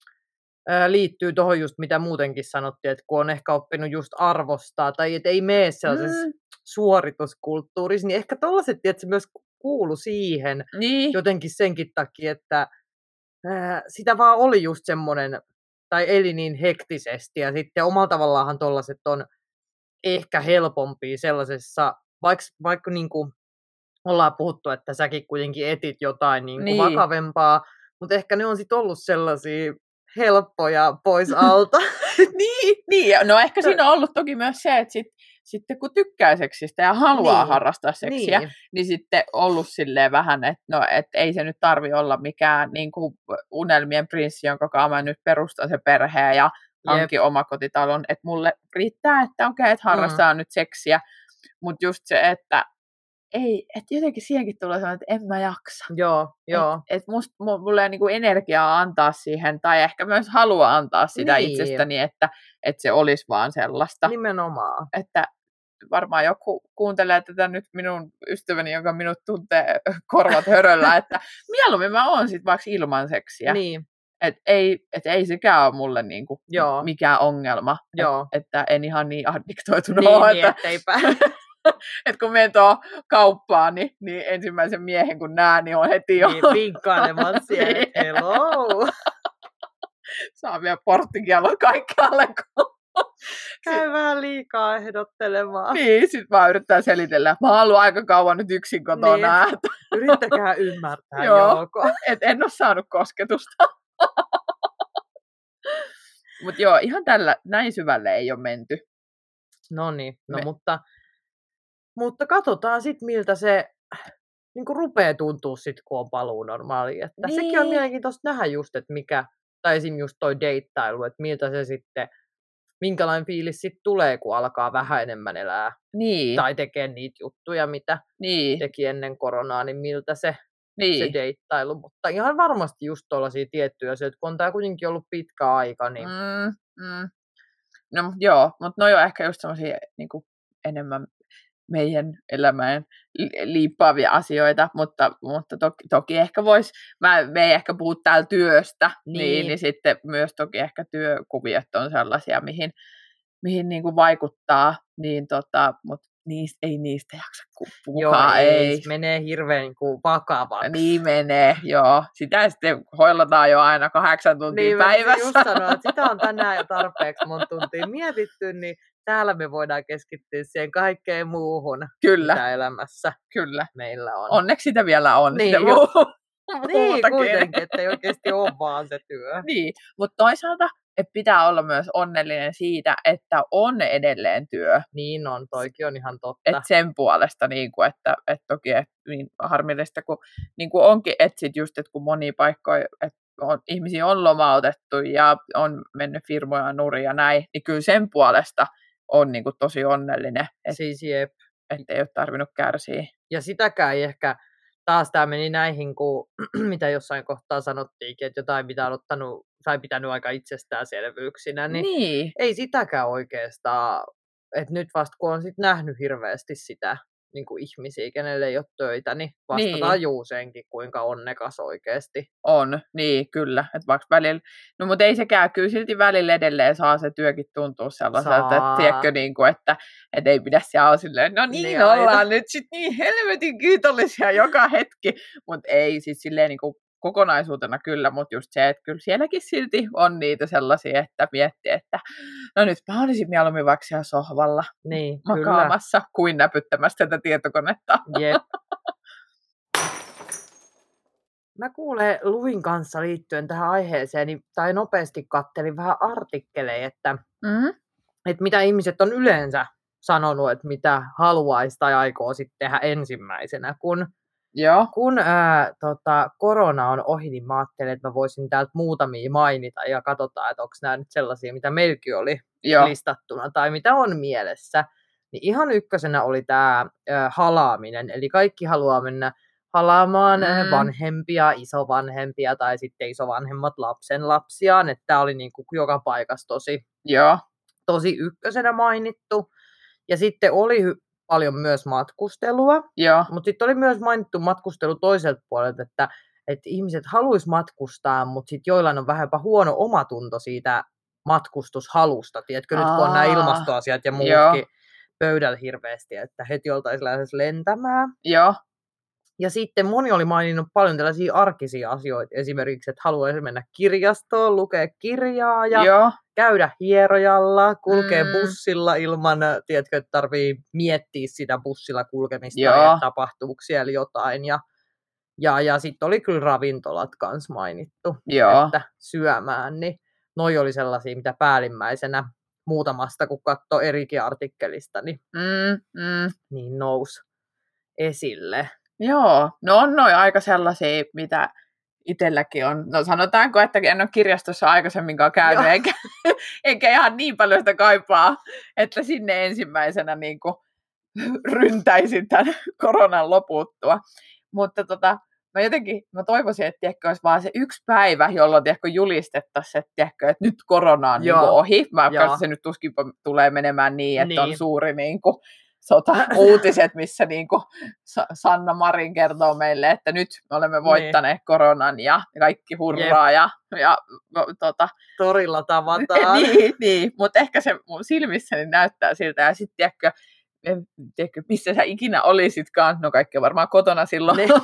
ää, liittyy tuohon just mitä muutenkin sanottiin, että kun on ehkä oppinut just arvostaa, tai et ei mene sellaisessa mm. suorituskulttuurissa, niin ehkä tollaiset, että se myös kuulu siihen niin. jotenkin senkin takia, että ää, sitä vaan oli just semmoinen, tai eli niin hektisesti, ja sitten omalla tavallaanhan tollaiset on ehkä helpompia sellaisessa, vaikka, vaikka niinku ollaan puhuttu, että säkin kuitenkin etit jotain niin kuin niin. vakavempaa, mutta ehkä ne on sitten ollut sellaisia helppoja pois alta. niin, niin, no ehkä siinä on ollut toki myös se, että sit, sitten kun tykkää seksistä ja haluaa niin. harrastaa seksiä, niin. niin sitten ollut silleen vähän, että no, et ei se nyt tarvi olla mikään niin kuin unelmien prinssi, jonka kanssa mä nyt perustan se perheen ja hankin omakotitalon, että mulle riittää, että okei, okay, että harrastaa mm. nyt seksiä, mutta just se, että ei, että jotenkin siihenkin tulee sellainen, että en mä jaksa. Joo, joo. Että et musta mulla ei niinku energiaa antaa siihen, tai ehkä myös halua antaa sitä niin. itsestäni, että et se olisi vaan sellaista. Nimenomaan. Että varmaan joku kuuntelee tätä nyt minun ystäväni, joka minut tuntee korvat höröllä, että mieluummin mä oon sit vaikka ilman seksiä. Niin. Että ei, et ei sekään ole mulle niinku mikään ongelma. Joo. Et, että en ihan niin addiktoitunut niin, ole. Niin, että etteipä. että kun menen tuohon kauppaan, niin, niin ensimmäisen miehen kun näen, niin on heti jo... Niin, vinkkailemaan siellä, että hello! Saa vielä porttikielot kaikkialle. Käy vähän liikaa ehdottelemaan. Niin, sit vaan yrittää selitellä, että mä oon ollut aika kauan nyt yksin kotona. Niin. Yrittäkää ymmärtää, Jouko. Että en ole saanut kosketusta. Mutta joo, ihan tällä, näin syvälle ei ole menty. Noniin, no Me... mutta... Mutta katsotaan sitten, miltä se niin kuin rupeaa tuntua sitten, kun on paluu normaaliin. Että niin. Sekin on mielenkiintoista nähdä just, että mikä, tai esim. Just toi deittailu, että miltä se sitten, minkälainen fiilis sitten tulee, kun alkaa vähän enemmän elää. Niin. Tai tekee niitä juttuja, mitä niin. teki ennen koronaa, niin miltä se, niin. se deittailu. Mutta ihan varmasti just tuollaisia tiettyjä asioita, kun on tämä kuitenkin ollut pitkä aika. Niin... Mm, mm. No joo, mutta no joo, ehkä just semmoisia niin kuin enemmän meidän elämään liippaavia asioita, mutta, mutta toki, toki ehkä vois, mä, me ei ehkä puhu täällä työstä, niin. Niin, niin sitten myös toki ehkä työkuviot on sellaisia, mihin, mihin niin kuin vaikuttaa, niin tota, mutta niistä, ei niistä jaksa puhukaan. Joo, ei, ei. Menee hirveän niin kuin vakavaksi. Niin menee, joo. Sitä sitten hoilataan jo aina kahdeksan tuntia niin, päivässä. Niin, just sanoa, että sitä on tänään jo tarpeeksi monta tuntia mietitty, niin täällä me voidaan keskittyä siihen kaikkeen muuhun, Kyllä. mitä elämässä Kyllä. meillä on. Onneksi sitä vielä on. Niin, sitä muu- niin kuitenkin, että ei oikeasti ole vaan se työ. Niin, mutta toisaalta että pitää olla myös onnellinen siitä, että on edelleen työ. Niin on, toikin on ihan totta. Että sen puolesta, niin kuin, että, että toki että niin harmillista, kun niin kuin onkin, että sit just, että kun monia paikkoja, että on, ihmisiä on lomautettu ja on mennyt firmoja nurin ja näin, niin kyllä sen puolesta on niin kuin tosi onnellinen, että siis jep. et ei ole tarvinnut kärsiä. Ja sitäkään ei ehkä, taas tämä meni näihin, kun, mitä jossain kohtaa sanottiinkin, että jotain mitä on ottanut, tai pitänyt aika itsestäänselvyyksinä, niin, niin ei sitäkään oikeastaan, että nyt vasta kun on sit nähnyt hirveästi sitä, niin kuin ihmisiä, kenelle ei ole töitä, niin vastataan Niin. juu senkin, kuinka onnekas oikeasti. On, niin kyllä. Että vaikka välillä, no mutta ei sekään, kyllä silti välillä edelleen saa se työkin tuntua sellaiselta, Saa. että tiedätkö, niin kuin, että, että ei pidä siellä olla silleen, no niin, Niin, ollaan aina. nyt sit niin helvetin kiitollisia joka hetki, mutta ei siis silleen niin kuin kokonaisuutena kyllä, mutta just se, että kyllä sielläkin silti on niitä sellaisia, että miettii, että no nyt mä olisin mieluummin vaikka siellä sohvalla Niin, makaamassa kyllä. kuin näpyttämässä tätä tietokonetta. Jep. Mä kuulen Luin kanssa liittyen tähän aiheeseen, niin, tai nopeasti kattelin vähän artikkeleja, että, Mm-hmm. että mitä ihmiset on yleensä sanonut, että mitä haluaisi tai aikoo sitten tehdä ensimmäisenä, kun Joo. Kun ää, tota, korona on ohi, niin mä ajattelin, että mä voisin täältä muutamia mainita ja katsotaan, että onko nämä nyt sellaisia, mitä meilläkin oli Joo. listattuna tai mitä on mielessä. Niin ihan ykkösenä oli tämä ää, halaaminen, eli kaikki haluaa mennä halaamaan mm. vanhempia, isovanhempia tai sitten isovanhemmat lapsen lapsiaan, että tämä oli niin kuin joka paikassa tosi, Joo. tosi ykkösenä mainittu. Ja sitten oli hy- paljon myös matkustelua, mutta sitten oli myös mainittu matkustelu toiselta puolelta, että, että ihmiset haluaisi matkustaa, mutta sitten joillain on vähänpä huono omatunto siitä matkustushalusta. Tiedätkö, Aa, nyt kun on nämä ilmastoasiat ja muutkin jo. pöydällä hirveästi, että heti oltaisiin lähes lentämään. Joo. Ja sitten moni oli maininnut paljon tällaisia arkisia asioita, esimerkiksi, että haluaisi mennä kirjastoon, lukea kirjaa ja Joo. käydä hierojalla, kulkea Mm. bussilla ilman, tiedätkö, että tarvii miettiä sitä bussilla kulkemista Joo. ja tapahtuuko siellä jotain. Ja, ja, ja sitten oli kyllä ravintolat kanssa mainittu, Joo. että syömään, niin noi oli sellaisia, mitä päällimmäisenä muutamasta, kun katsoo erikin artikkelista, niin, Mm. Mm. niin nousi esille. Joo, no on noi aika sellaisia, mitä itselläkin on. No sanotaanko, että en ole kirjastossa aikaisemminkaan käynyt, eikä, eikä ihan niin paljon sitä kaipaa, että sinne ensimmäisenä niin kuin ryntäisin tämän koronan loputtua. Mutta tota, mä jotenkin mä toivoisin, että tiedätkö, olisi vaan se yksi päivä, jolloin tiedätkö, julistettaisiin, että, tiedätkö, että nyt korona on niin kuin ohi. Mä katsoin, se nyt tuskin tulee menemään niin, että niin. on suuri niin kuin sota-uutiset, missä niin kuin Sanna Marin kertoo meille, että nyt me olemme voittaneet niin. koronan ja kaikki hurraa Jep. ja, ja tota, torilla tavataan. niin, niin. Mutta ehkä se mun silmissäni näyttää siltä ja sitten tiedätkö, tiedätkö, missä sä ikinä olisitkaan, no kaikki on varmaan kotona silloin, niin.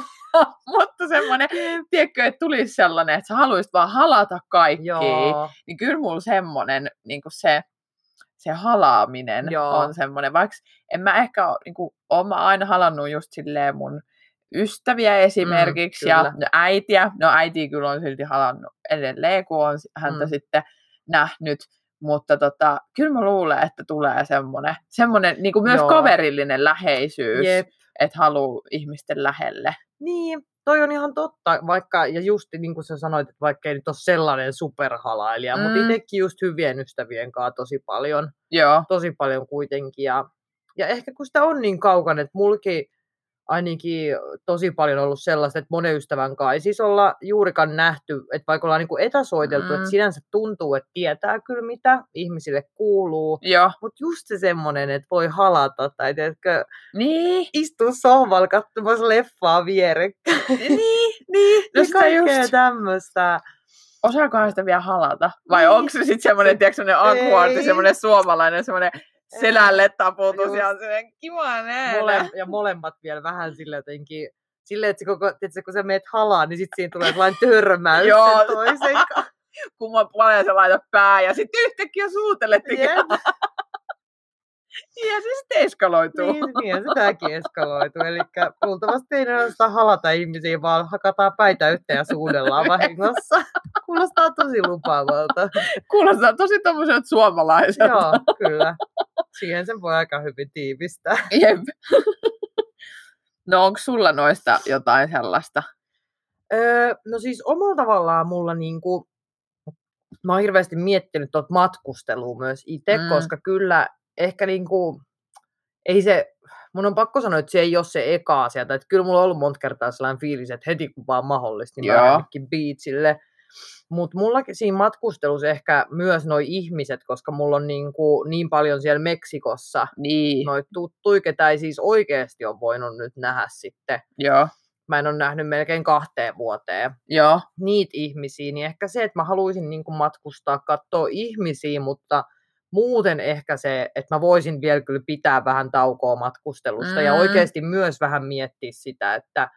mutta semmoinen, tiedätkö, että tulisi sellainen, että sä haluaisit vaan halata kaikkia, niin kyllä mulla semmoinen, niin kuin se, se halaaminen Joo. on semmoinen, vaikka en mä ehkä ole, niin kuin, olen aina halannut just silleen mun ystäviä esimerkiksi, mm, ja no, äitiä, no äitiä kyllä on silti halannut edelleen, kun on häntä mm. sitten nähnyt, mutta tota, kyllä mä luulen, että tulee semmoinen, semmoinen niin kuin myös Joo. kaverillinen läheisyys, Jep. että haluaa ihmisten lähelle. Niin, toi on ihan totta, vaikka, ja just niin kuin sä sanoit, että vaikka ei nyt ole sellainen superhalailija, mm. mutta itsekin just hyvien ystävien kanssa tosi paljon, Joo. tosi paljon kuitenkin, ja, ja ehkä kun sitä on niin kaukana, että mulki ainakin tosi paljon ollut sellaista, että monen ystävän kanssa ei siis olla juurikaan nähty, että vaikka ollaan niin kuin etäsoiteltu, mm. että sinänsä tuntuu, että tietää kyllä mitä ihmisille kuuluu, mutta just se semmoinen, että voi halata tai teetkö, niin. istua sohvalla katsomassa leffaa vierekkäin. Niin, niin. Ja kaikkea tämmöistä. Osaakohan sitä vielä halata? Vai niin. onko se sitten semmoinen, tiedätkö, semmoinen awkward, semmoinen suomalainen, semmoinen selälle taputus ja on semmoinen kiva nähdä. Mole- ja molemmat vielä vähän silleen jotenkin, silleen, että koko, tiedätkö, kun sä meet halaan, niin sitten siinä tulee sellainen törmäys sen toisen kanssa. Kumman puoleen sä laitat pää ja sitten yhtäkkiä suutelet. Ja se sitten eskaloituu. Niin, niin se tämäkin eskaloituu. Eli luultavasti ei noista halata ihmisiä, vaan hakataan päitä yhteen ja suudellaan vahingossa. Kuulostaa tosi lupaavalta. Kuulostaa tosi tommoiselta suomalaiselta. Joo, kyllä. Siihen sen voi aika hyvin tiivistää. Jep. No onko sulla noista jotain sellaista? Öö, no siis omalla tavallaan mulla niinku, mä oon hirveästi miettinyt tuota matkustelua myös itse, mm. koska kyllä ehkä niinku, ei se, mun on pakko sanoa, että se ei ole se eka asia, että kyllä mulla on ollut monta kertaa sellainen fiilis, että heti kun vaan mahdollista, niin mä lähdenkin beachille. Mutta mullakin siinä matkustelussa ehkä myös noi ihmiset, koska mulla on niinku niin paljon siellä Meksikossa niin. noita tuttuja, ketä ei siis oikeasti ole voinut nyt nähdä sitten. Joo. Mä en ole nähnyt melkein kahteen vuoteen Joo. niitä ihmisiä, niin ehkä se, että mä haluaisin niinku matkustaa, katsoa ihmisiä, mutta muuten ehkä se, että mä voisin vielä kyllä pitää vähän taukoa matkustelusta mm. ja oikeasti myös vähän miettiä sitä, että,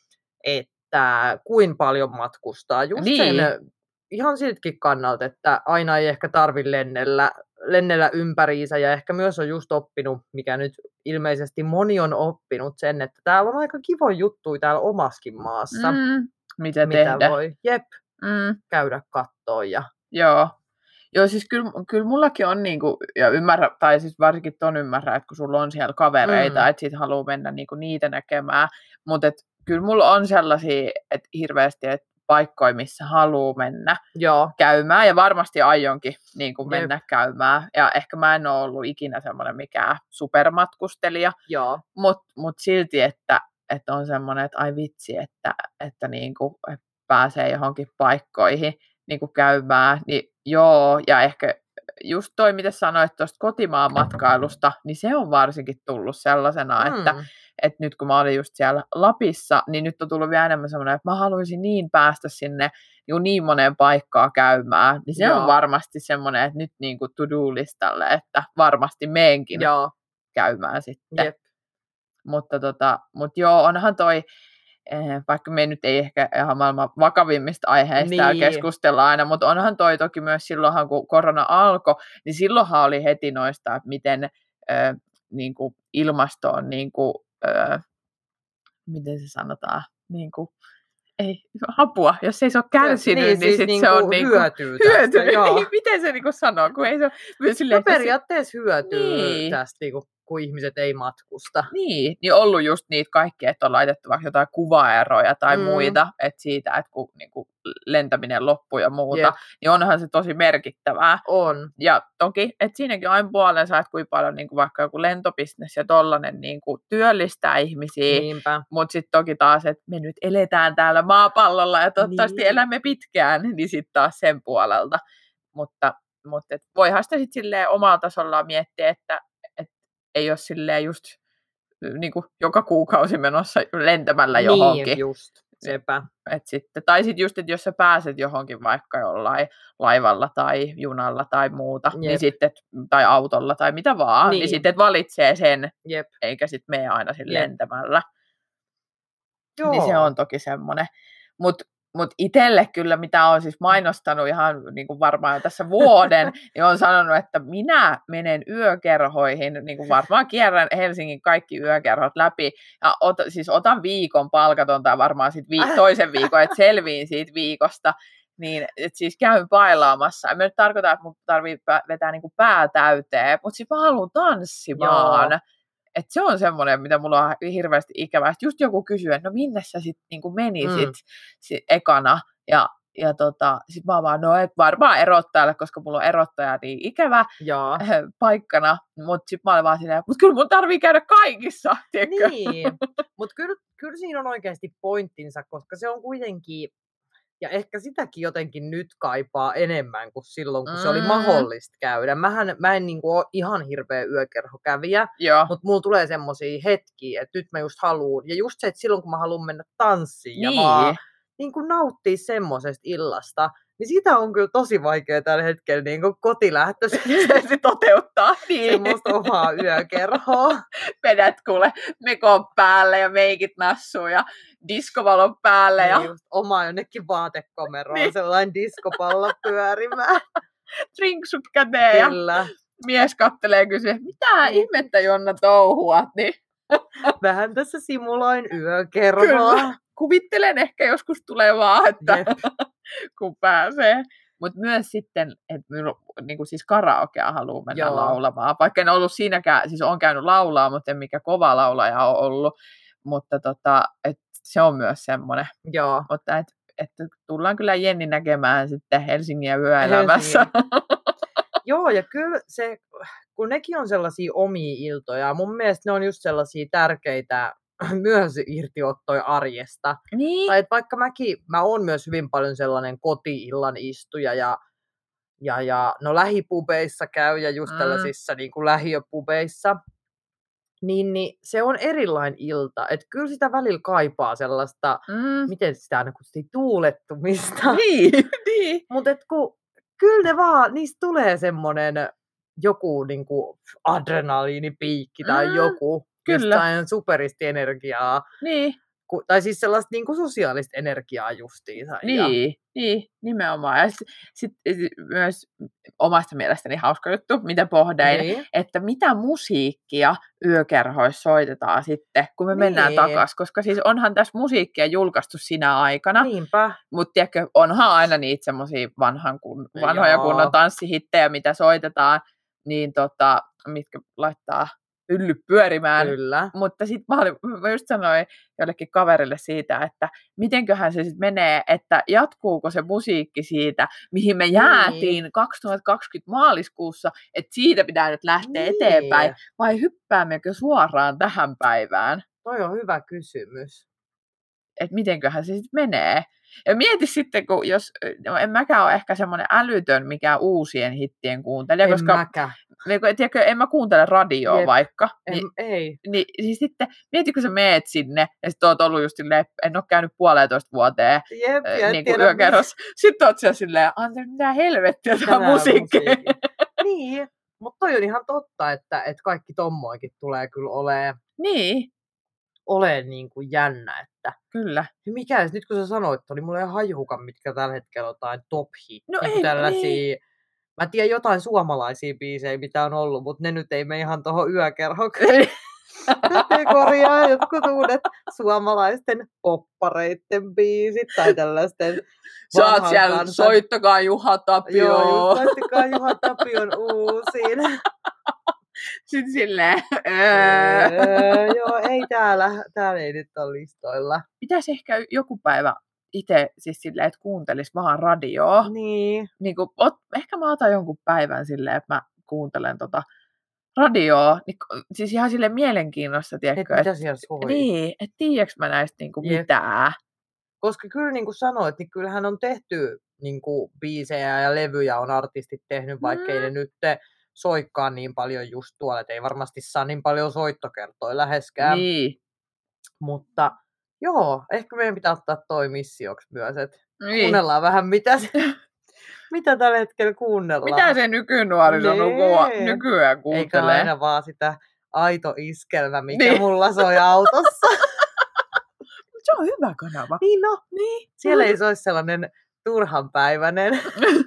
että kuinka paljon matkustaa. Just niin. sen, ihan siltäkin kannalta, että aina ei ehkä tarvitse lennellä, lennellä ympäriinsä ja ehkä myös on just oppinut, mikä nyt ilmeisesti moni on oppinut sen, että täällä on aika kivoja juttuja täällä omaskin maassa. Mm. Mitä, mitä tehdä. voi jep, mm. käydä kattoo. Ja... Joo. Joo, siis kyllä, kyllä mullakin on niinku, ja ymmärrä, tai siis varsinkin ton ymmärrä, että kun sulla on siellä kavereita, mm. että sit haluaa mennä niinku niitä näkemään, mutta kyllä mulla on sellaisia, että hirveästi, että paikkoja, missä haluaa mennä Joo. käymään, ja varmasti aionkin niin kuin mennä Jep. käymään, ja ehkä mä en ole ollut ikinä semmoinen mikään supermatkustelija, mutta mut silti, että, että on semmoinen, että ai vitsi, että, että, niin kuin, että pääsee johonkin paikkoihin niin kuin käymään, niin joo, ja ehkä just toi, mitä sanoit tuosta kotimaan matkailusta, niin se on varsinkin tullut sellaisena, mm. että että nyt kun mä olin just siellä Lapissa, niin nyt on tullut vielä enemmän semmoinen, että mä haluaisin niin päästä sinne niin, niin moneen paikkaan käymään, niin se Joo. on varmasti semmoinen, että nyt niin kuin to-do-listalle, että varmasti meenkin Joo. käymään sitten. Jep. Mutta tota, mut joo, onhan toi, vaikka me nyt ei ehkä ihan maailman vakavimmista aiheista niin. keskustella aina, mutta onhan toi toki myös silloinhan, kun korona alkoi, niin silloinhan oli heti noista, että miten äh, niin kuin ilmasto on niin kuin, Öö, miten se sanotaan, niin kuin, ei, apua, jos ei se ole kärsinyt, niin, niin, niin siis sit se on niin hyötyy hyötyy. Niin, miten se niin kuin sanoo, kun ei se ole silleen, no periaatteessa hyötyy niin. tästä, niin kuin, kun ihmiset ei matkusta. Niin, niin ollut just niitä kaikkia, että on laitettu vaikka jotain kuvaeroja tai mm. muita, että siitä, että kun niin kuin lentäminen loppuu ja muuta, Jep. niin onhan se tosi merkittävää. On. Ja toki, että siinäkin on aina puolensa, että kuinka paljon niin kuin vaikka joku lentobisnes ja tollainen niin kuin työllistää ihmisiä, mutta sitten toki taas, että me nyt eletään täällä maapallolla ja toivottavasti niin. elämme pitkään, niin sitten taas sen puolelta. Mutta, mutta et voihan sitä sitten silleen omalla tasollaan miettiä, että et ei ole silleen just niin kuin joka kuukausi menossa lentämällä johonkin. Niin, just. Sepä. Et sitten, tai sitten just, että jos sä pääset johonkin vaikka jollain laivalla tai junalla tai muuta, niin sitten, tai autolla tai mitä vaan, niin, niin sitten valitsee sen, Jep. eikä sitten mene aina sille lentämällä. Joo. Niin se on toki semmoinen. Mutta mut itselle kyllä, mitä olen siis mainostanut ihan niin kuin varmaan jo tässä vuoden, niin olen sanonut, että minä menen yökerhoihin, niin kuin varmaan kierrän Helsingin kaikki yökerhot läpi, ja ot, siis otan viikon palkatonta varmaan sit viik- toisen viikon, että selviin siitä viikosta, niin et siis käyn bailaamassa. En mä nyt tarkoita, että mun tarvii vetää niin kuin pää täyteen, mutta siis mä haluan tanssimaan. Joo. Että se on semmoinen, mitä mulla on hirveästi ikävää. Just joku kysyy, että no minne sä sitten niinku menisit mm. sit ekana. Ja, ja tota, sit mä oon vaan, no et varmaan erottajalle, koska mulla on erottaja niin ikävä Jaa. paikkana. Mutta sit mä olen vaan silleen, mutta kyllä mun tarvii käydä kaikissa, tiedätkö? Niin, mutta kyllä, kyllä siinä on oikeasti pointtinsa, koska se on kuitenkin, ja ehkä sitäkin jotenkin nyt kaipaa enemmän kuin silloin, kun mm. se oli mahdollista käydä. Mähän, mä en niinku ole ihan hirveä yökerhokävijä, mutta mulla tulee semmosia hetkiä, että nyt mä just haluun. Ja just se, että silloin kun mä haluan mennä tanssiin niin. ja vaan niin kuin nauttia semmosesta illasta, niin sitä on kyllä tosi vaikea tällä hetkellä niin kuin kotilähtöisesti toteuttaa. Niin. Semmoista omaa yökerhoa. Vedät kuule mekon päälle ja meikit nassuu ja diskovalon päälle. Niin ja just oma jonnekin vaatekomeroon niin. Sellainen diskopallo pyörimään. Drinksut käteen kyllä. Ja mies kattelee ja kysyy, mitä niin. ihmettä Jonna touhuat? Niin. Vähän tässä simuloin yökerhoa. Kyllä. Kuvittelen ehkä joskus tulevaa, että kun pääsee. Mutta myös sitten, että niinku siis karaokea haluaa mennä Joo. laulamaan. Vaikka en ollut siinäkään, siis olen käynyt laulaa, mutta en mikä kova laulaja ole ollut. Mutta tota, et se on myös semmoinen. Joo. Mutta et, et tullaan kyllä Jenni näkemään sitten Helsingin yöelämässä. Joo, ja kyllä se, kun nekin on sellaisia omia iltoja, mun mielestä ne on just sellaisia tärkeitä myös irtiottoja arjesta. Niin. Tai että vaikka mäkin, mä oon myös hyvin paljon sellainen koti-illan istuja ja, ja, ja no lähipubeissa käy ja just Mm. tällaisissa niin kuin lähiöpubeissa. Niin, niin se on erilainen ilta. Että kyllä sitä välillä kaipaa sellaista, Mm. miten sitä aina kutsui, tuulettumista. Niin, niin. Mutta kyllä ne vaan, niistä tulee semmoinen joku niinku adrenaliinipiikki tai Mm, joku, kyllä. jostain superista energiaa. Niin. Ku, tai siis sellaista niinku sosiaalista energiaa justiinsa. Niin, Ja... niin, nimenomaan. Ja sitten sit, sit myös omasta mielestäni hauska juttu, mitä pohdein, niin. että mitä musiikkia yökerhoissa soitetaan sitten, kun me niin. mennään takaisin. Koska siis onhan tässä musiikkia julkaistu sinä aikana. Niinpä. Mutta tiedätkö, onhan aina niitä semmoisia vanhan kun, vanhoja Joo. kunnon tanssihittejä, mitä soitetaan, niin tota, mitkä laittaa ylly pyörimään. Kyllä. Mutta sitten mä, mä just sanoin jollekin kaverille siitä, että mitenköhän se sitten menee, että jatkuuko se musiikki siitä, mihin me jäätiin niin. kaksituhattakaksikymmentä maaliskuussa, että siitä pitää nyt lähteä niin. eteenpäin, vai hyppäämmekö suoraan tähän päivään? Toi on hyvä kysymys. Että mitenköhän se sitten menee. Ja mieti sitten, kun jos, no en mäkään ole ehkä semmoinen älytön mikä uusien hittien kuuntelija, en koska mäkään. Niin, tiedätkö, en mä kuuntele radioa Jep. vaikka. En, niin, ei. Niin, siis sitten, mieti kun sä meet sinne, ja sitten oot ollut just silleen, en ole käynyt puolentoista vuoteen Jep, äh, niin kuin yökerros. Sitten oot siellä silleen, antaa mitä helvettiä tämä musiikki. Niin, mutta toi on ihan totta, että, että kaikki tommoikin tulee kyllä olemaan. Niin. Ole niin kuin jännä, että... Kyllä. Mikä nyt kun sä sanoit, oli mulla ihan hajuhukan, mitkä tällä hetkellä on jotain top-hit. No niin ei, tällaisia... ei. Mä tiedän jotain suomalaisia biisejä, mitä on ollut, mutta ne nyt ei mene ihan tuohon yökerhoksi. Kategoriaa jotkut uudet suomalaisten poppareitten biisit tai tällaisten sä oot siellä, kansan... soittakaa Juha Tapio. Joo, soittakaa Juha Tapion uusiin. Sitten silleen, öö, joo, ei täällä, täällä ei nyt ole listoilla. Pitäisi ehkä joku päivä itse siis silleen, että kuuntelisi vaan radioa. Niin. Niin kuin, ot, ehkä mä otan jonkun päivän silleen, että mä kuuntelen tota radioa. Niin, siis ihan silleen mielenkiinnosta, tiedätkö? Et mitä siellä soi? Niin, että tiedätkö mä näistä niinku mitään. Koska kyllä niin kuin sanoit, niin kyllähän on tehty niin kuin biisejä ja levyjä on artistit tehnyt, vaikka mm. ei ne nyt soikkaa niin paljon just tuolla. Et ei varmasti saa niin paljon soittokertoja läheskään. Niin. Mutta... Joo, ehkä meidän pitää ottaa toi missioksi myös, että niin. kuunnellaan vähän, mitä, se, mitä tällä hetkellä kuunnellaan. Mitä se nykynuoriso nee. nykyään kuuntelee? Eikä aina vaan sitä aito iskelmä, mikä niin. mulla soi autossa. Se on hyvä kanava. Niin no, niin. siellä ei soisi sellainen turhanpäiväinen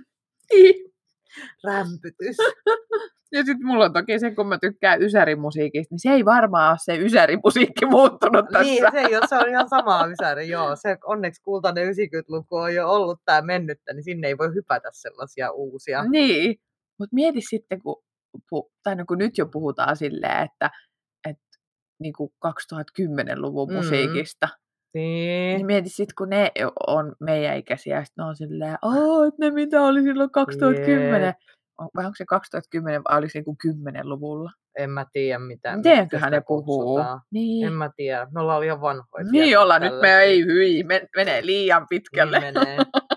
rämpytys. Ja sitten mulla on toki se, kun mä tykkään ysärimusiikista, niin se ei varmaan ole se ysärimusiikki muuttunut tässä. Niin, se ei ole, se on ihan sama ysäri, joo. Se, onneksi kultainen yhdeksänkymmentäluku on jo ollut tää mennyttä, niin sinne ei voi hypätä sellaisia uusia. Niin, mutta mieti sitten, kun, tai no, kun nyt jo puhutaan silleen, että, että niin kuin kaksituhattakymmenluvun mm. musiikista. Niin. Niin mieti sitten, kun ne on meidän ikäisiä, ja sitten ne on silleen, aah, että ne mitä oli silloin kaksituhattakymmenen. Yeah. Vai onko se kaksituhattakymmenen vai oliko se niin kymmenluvulla? En mä tiedä mitä. Mitenköhän ne puhuu? Niin. En mä tiedä. Me ollaan liian vanhoja. Niin ollaan, nyt me ei hyi. Men, menee liian pitkälle. Niin menee.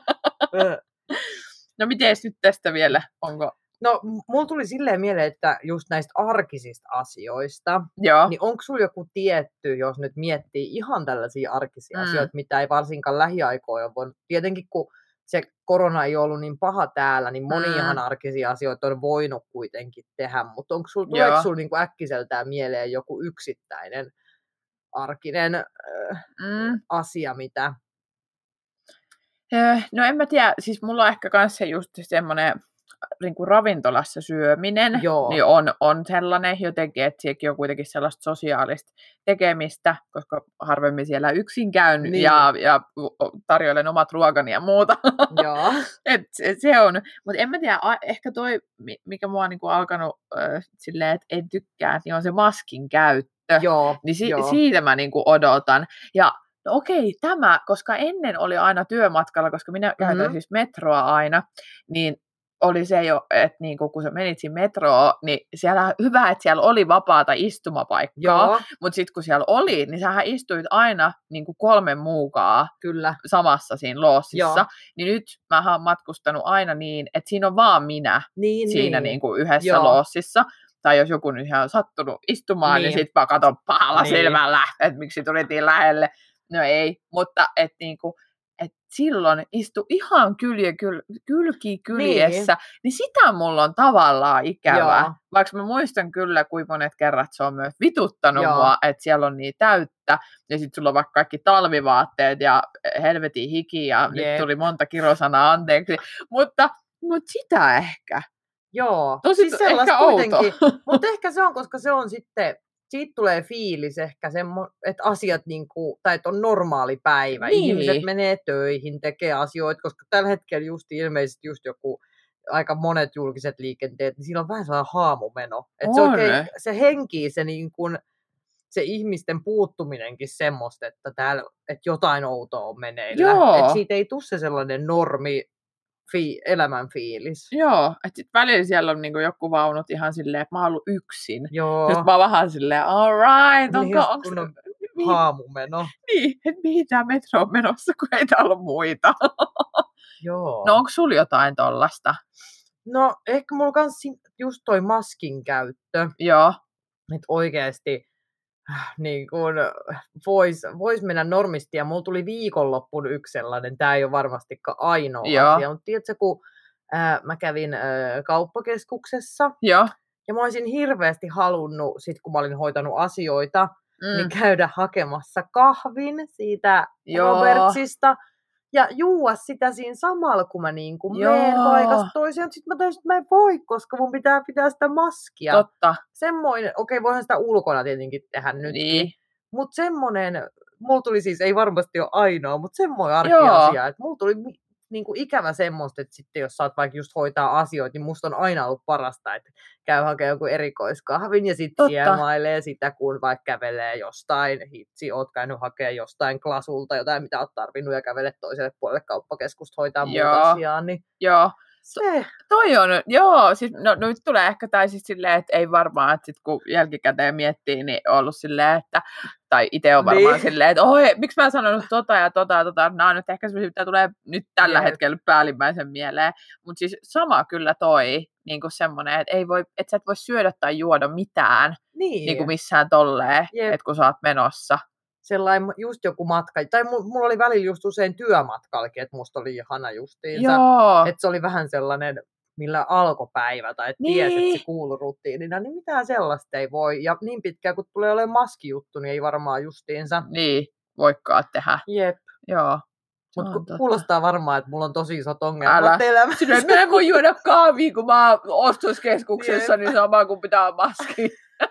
No miten nyt tästä vielä? Onko? No mulla tuli silleen mieleen, että just näistä arkisista asioista. Joo. Niin onko sulla joku tietty, jos nyt miettii ihan tällaisia arkisia mm. asioita, mitä ei varsinkaan lähiaikoina ole voinut. Tietenkin kun se korona ei ollut niin paha täällä, niin moni mm. ihan arkisia asioita on voinut kuitenkin tehdä, mutta onko sulla, tuleeko sulla niinku äkkiseltään mieleen joku yksittäinen arkinen äh, mm. asia, mitä? No en mä tiedä, siis mulla on ehkä kanssa just semmoinen niin kuin ravintolassa syöminen, Joo. niin on, on sellainen jotenkin, että sielläkin on kuitenkin sellaista sosiaalista tekemistä, koska harvemmin siellä yksin käyn niin. ja, ja tarjoilen omat ruokani ja muuta. Joo. Et se, se on, mutta en mä tiedä, ehkä toi, mikä mua on niin kuin alkanut äh, silleen, että en tykkää, niin on se maskin käyttö. Joo. Niin si- Joo. siitä mä niin kuin odotan. Ja no okei, tämä, koska ennen oli aina työmatkalla, koska minä käytän mm-hmm. siis metroa aina, niin oli se jo, että niinku, kun sä menit siinä metroon, niin siellä hyvä, että siellä oli vapaata istumapaikkaa, mutta sitten kun siellä oli, niin sähän istuit aina niinku kolmen muukaan Kyllä. samassa siinä loossissa. Joo. Niin nyt mä oon matkustanut aina niin, että siinä on vaan minä niin, siinä niin. Niinku yhdessä Joo. loossissa. Tai jos joku nyt on sattunut istumaan, niin, niin sit mä katon pahalla niin. silmällä, että miksi tulit niin lähelle. No ei, mutta et niinku, et silloin istu ihan kylje, kyl, kylki kyljessä, niin. niin sitä mulla on tavallaan ikävää. Joo. Vaikka mä muistan kyllä, kuinka monet kerrat se on myös vituttanut Joo. mua, että siellä on niin täyttä, ja sit sulla on vaikka kaikki talvivaatteet ja helvetin hiki, ja Jeep. nyt tuli monta kirosanaa anteeksi, mutta, mutta sitä ehkä. Joo, Tosi siis ehkä outo. Mutta ehkä se on, koska se on sitten, siitä tulee fiilis ehkä, semmo, että asiat niinku, tai että on normaali päivä. Niin. Ihmiset menee töihin, tekee asioita, koska tällä hetkellä just ilmeisesti just joku, aika monet julkiset liikenteet, niin siinä on vähän sellainen haamumeno. Että se oikein, se henkii se niin kuin, se ihmisten puuttuminenkin semmoista, että täällä, että jotain outoa on meneillä. Että siitä ei tule se sellainen normi, Fi- elämän fiilis. Joo, että sit välillä siellä on niinku joku vaunut ihan silleen, että mä oon ollut yksin. Joo. Just mä oon vähän silleen, all right, onko... Niin, onko kun on haamumeno. Niin, että mihin tää metro on menossa, kun ei täällä ole muita. Joo. No onko sulla jotain tollasta? No ehkä mulla kans just toi maskin käyttö. Joo. Että oikeesti niin kun vois, vois mennä normistia. Mulla tuli viikonloppuun yksi sellainen, tää ei ole varmastikaan ainoa Joo. asia, mutta tiedätkö, kun ää, mä kävin ää, kauppakeskuksessa, Joo. ja mä olisin hirveästi halunnut, sit kun mä olin hoitanut asioita, mm. niin käydä hakemassa kahvin siitä Joo. Robertsista, ja juua sitä siinä samalla, kun mä niin kun menen paikasta toiseen. Sitten mä tajusin, että mä en voi, koska mun pitää pitää sitä maskia. Totta. Semmoinen, okei, voihan sitä ulkona tietenkin tehdä nytkin. Niin. Mutta semmoinen, mulla tuli siis, ei varmasti ole ainoa, mutta semmoinen arkiasia, että mulla tuli niin kuin ikävä semmoista, että sitten jos saat vaikka just hoitaa asioita, niin musta on aina ollut parasta, että käy hakemaan joku erikoiskahvin ja sitten sielmailee sitä, kun vaikka kävelee jostain, hitsi, oot käynyt hakemaan jostain glasulta jotain, mitä oot tarvinnut ja kävelet toiselle puolelle kauppakeskusta hoitaa muuta asiaa, niin Joo. se. Toi on, joo, siis, no nyt tulee ehkä, tai siis silleen, että ei varmaan, että sit kun jälkikäteen miettii, niin on ollut silleen, että, tai itse on varmaan niin. silleen, että oi, miksi mä en sanonut tota ja tota ja tota, nämä on nyt ehkä semmoisia, mitä tulee nyt tällä Jeet. hetkellä päällimmäisen mieleen, mutta siis sama kyllä toi, niin kuin semmoinen, että ei voi, että sä et voi syödä tai juoda mitään, niin, niin kuin missään tolleen, että kun sä oot menossa. Sellainen just joku matka, tai mulla oli välillä just usein työmatkallakin, että musta oli ihana justiinsa, että se oli vähän sellainen, millä alkopäivä, tai että niin. tiesi, että se kuului rutiinina, niin mitään sellaista ei voi, ja niin pitkään kun tulee olemaan maskijuttu, niin ei varmaan justiinsa. Niin, voikaan tehdä. Jep. Joo. Mutta kuulostaa varmaan, että mulla on tosi isot ongelmat elämässä. Mä en voi juoda kahvia, kun mä oon ostoskeskuksessa, Jep. niin sama kuin pitää maski.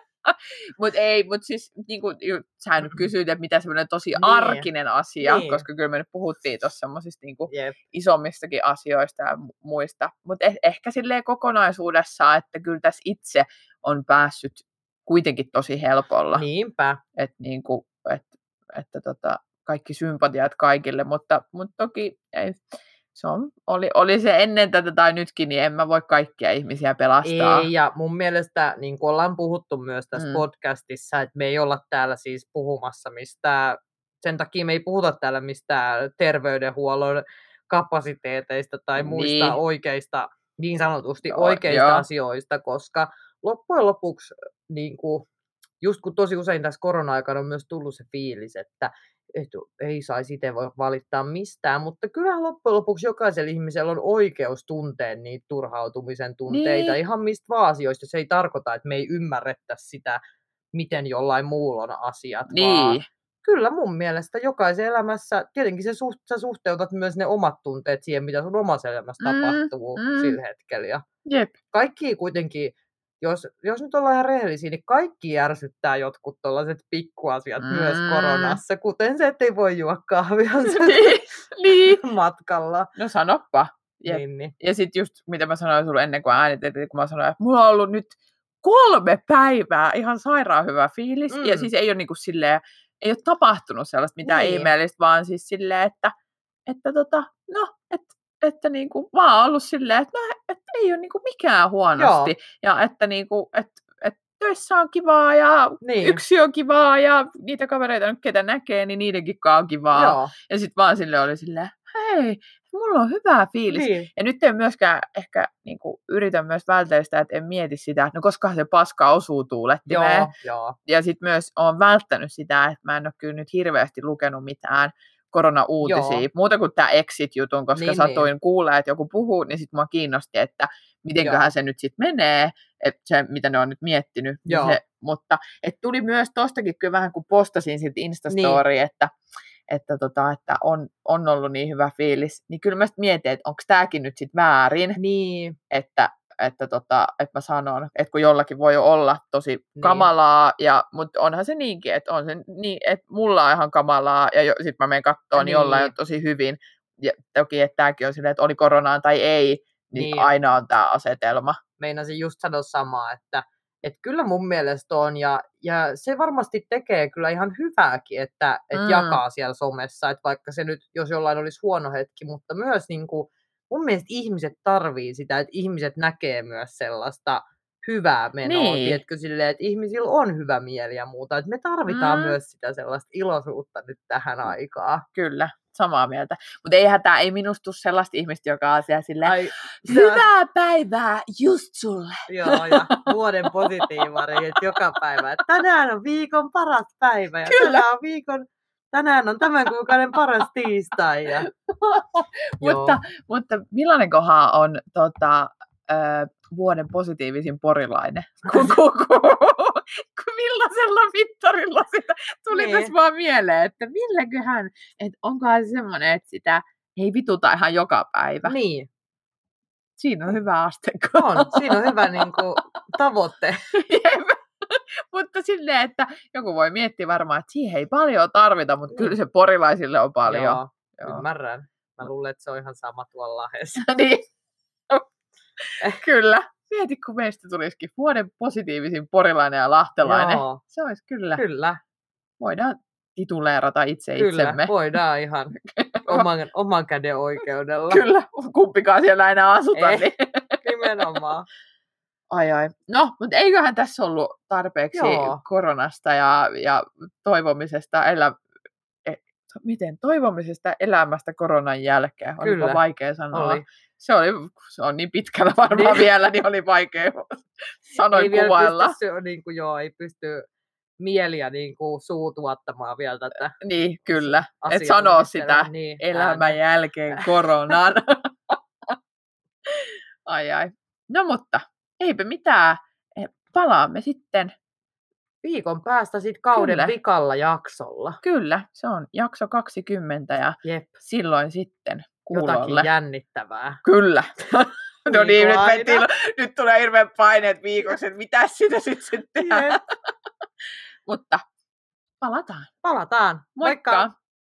Mutta ei, mutta siis niin kuin sä nyt kysyit, että mitä semmoinen tosi niin. arkinen asia, niin. koska kyllä me nyt puhuttiin tuossa semmoisista niin isommistakin asioista ja muista. Mutta eh- ehkä silleen kokonaisuudessaan, että kyllä tässä itse on päässyt kuitenkin tosi helpolla. Niinpä. Että niin kuin, et, että tota, kaikki sympatiat kaikille, mutta, mutta toki ei. Se on, oli, oli se ennen tätä tai nytkin, niin en mä voi kaikkia ihmisiä pelastaa. Ei, ja mun mielestä, niin kuin ollaan puhuttu myös tässä mm. podcastissa, että me ei olla täällä siis puhumassa mistään, sen takia me ei puhuta täällä mistään terveydenhuollon kapasiteeteista tai muista niin. oikeista, niin sanotusti no, oikeista jo. asioista, koska loppujen lopuksi, niin kuin, just kun tosi usein tässä korona-aikana on myös tullut se fiilis, että ei saisi itse voi valittaa mistään, mutta kyllähän loppujen lopuksi jokaisella ihmisellä on oikeus tuntea niitä turhautumisen tunteita niin. ihan mistä vaan asioista. Se ei tarkoita, että me ei ymmärrettäisi sitä, miten jollain muulla on asiat, niin. vaan kyllä mun mielestä jokaisen elämässä, tietenkin se suht, sä suhteutat myös ne omat tunteet siihen, mitä sun omassa elämässä mm, tapahtuu mm. sillä hetkellä. Ja Jep. kaikki kuitenkin, jos, jos nyt ollaan ihan rehellisiä, niin kaikki järsyttää jotkut tällaiset pikkuasiat mm. myös koronassa, kuten se, ettei voi juoda kahvia niin, niin. matkalla. No sanoppa. Niin, niin. Ja sitten just, mitä mä sanoin sulle ennen kuin äänitettiin, kun mä sanoin, että mulla on ollut nyt kolme päivää ihan sairaan hyvä fiilis. Mm. Ja siis ei ole niinku silleen, ei ole tapahtunut sellaista mitään niin. ihmeellistä, vaan siis silleen, että, että tota, no, että että niinku, mä oon ollut silleen, että, no, että ei ole niinku mikään huonosti. Joo. Ja että niinku, et, et töissä on kivaa ja niin. Yksi on kivaa ja niitä kavereita nyt ketä näkee, niin niidenkin on kivaa. Joo. Ja sit vaan sille oli silleen, hei, mulla on hyvä fiilis. Niin. Ja nyt en myöskään ehkä niin kuin, yritän myös välttää sitä, että en mieti sitä, että no koskahan se paska osuu tuulettimeen. Joo, joo. Ja sitten myös olen välttänyt sitä, että mä en ole kyllä nyt hirveästi lukenut mitään korona-uutisia. Joo. Muuta kuin tämä Exit-jutun, koska niin, satoin niin. kuulla, että joku puhuu, niin sitten mua kiinnosti, että mitenköhän joo. se nyt sitten menee, että se, mitä ne on nyt miettinyt. Se, mutta et tuli myös tostakin kyllä vähän, kun postasin siltä Instastory, niin. että että, tota, että on, on ollut niin hyvä fiilis, niin kyllä mä sitten mietin, että onko tämäkin nyt sitten väärin, niin. että, että, tota, että mä sanon, että kun jollakin voi olla tosi niin. kamalaa, ja, mutta onhan se niinkin, että on se niin, että mulla on ihan kamalaa, ja sitten mä menen katsoa, niin, niin jollain on tosi hyvin, ja toki, että tämäkin on silleen, että oli koronaan tai ei, niin, niin. aina on tämä asetelma. Meinasin just sanoa samaa, että Että kyllä mun mielestä on, ja, ja se varmasti tekee kyllä ihan hyvääkin, että et mm. jakaa siellä somessa, että vaikka se nyt, jos jollain olisi huono hetki, mutta myös niin kuin, mun mielestä ihmiset tarvii sitä, että ihmiset näkee myös sellaista hyvää menoa, niin. tiedätkö, silleen, että ihmisillä on hyvä mieli ja muuta, että me tarvitaan mm. myös sitä sellaista iloisuutta nyt tähän aikaan. Kyllä. Samaa mieltä. Mutta eihän tämä, ei minusta tule sellaista ihmistä, joka on siellä silleen, Ai, hyvää päivää just sulle. Joo, ja vuoden positiivari, että joka päivä. Että tänään on viikon paras päivä, ja Kyllä. tänään on viikon, tänään on tämän kuukauden paras tiistai. Ja... mutta, mutta millainen kohan on tota, äh, vuoden positiivisin porilainen? Millaisella mittarilla sitä tuli niin. tässä vaan mieleen, että milläköhän, että onkohan se semmoinen, että sitä ei vituta ihan joka päivä. Niin. Siinä on hyvä asteikko. On, siinä on hyvä niin kuin, tavoite. Mutta silleen, että joku voi miettiä varmaan, että siihen ei paljon tarvita, mutta kyllä se porilaisille on paljon. Joo, Joo. ymmärrän. Mä luulen, että se on ihan sama tuolla Lahdessa. niin. Kyllä. Mieti, kun meistä tulisikin vuoden positiivisin porilainen ja lahtelainen. Joo. Se olisi kyllä. Kyllä. Voidaan tituleerata itse kyllä, itsemme. Kyllä, voidaan ihan oman, oman käden oikeudella. Kyllä, kumpikaan siellä enää asuta. Ei, niin. nimenomaan. Ai ai. No, mutta eiköhän tässä ollut tarpeeksi Joo. koronasta ja, ja toivomisesta elä... Miten? Toivomisesta elämästä koronan jälkeen. Olipa Kyllä. vaikea sanoa. Oli. Se, oli, se on niin pitkällä varmaan niin. vielä, niin oli vaikea sanoin ei kuvailla. Pysty, niin kuin, joo, ei pysty mieliä niin kuin, suu tuottamaan vielä tätä. Niin, kyllä. Et sanoo sitä niin, elämän äänen. Jälkeen koronan. ai ai. No mutta, eipä mitään. Palaamme sitten viikon päästä sitten kauden Kyllä. vikalla jaksolla. Kyllä, se on jakso kaksikymmentä ja Jep. silloin sitten kuulolle. Jotakin jännittävää. Kyllä. no niin, nyt, mentiin, nyt tulee hirveän paineet viikoksi, että mitä sitä sitten tehdään. Mutta palataan. Palataan. Moikka. Moikka.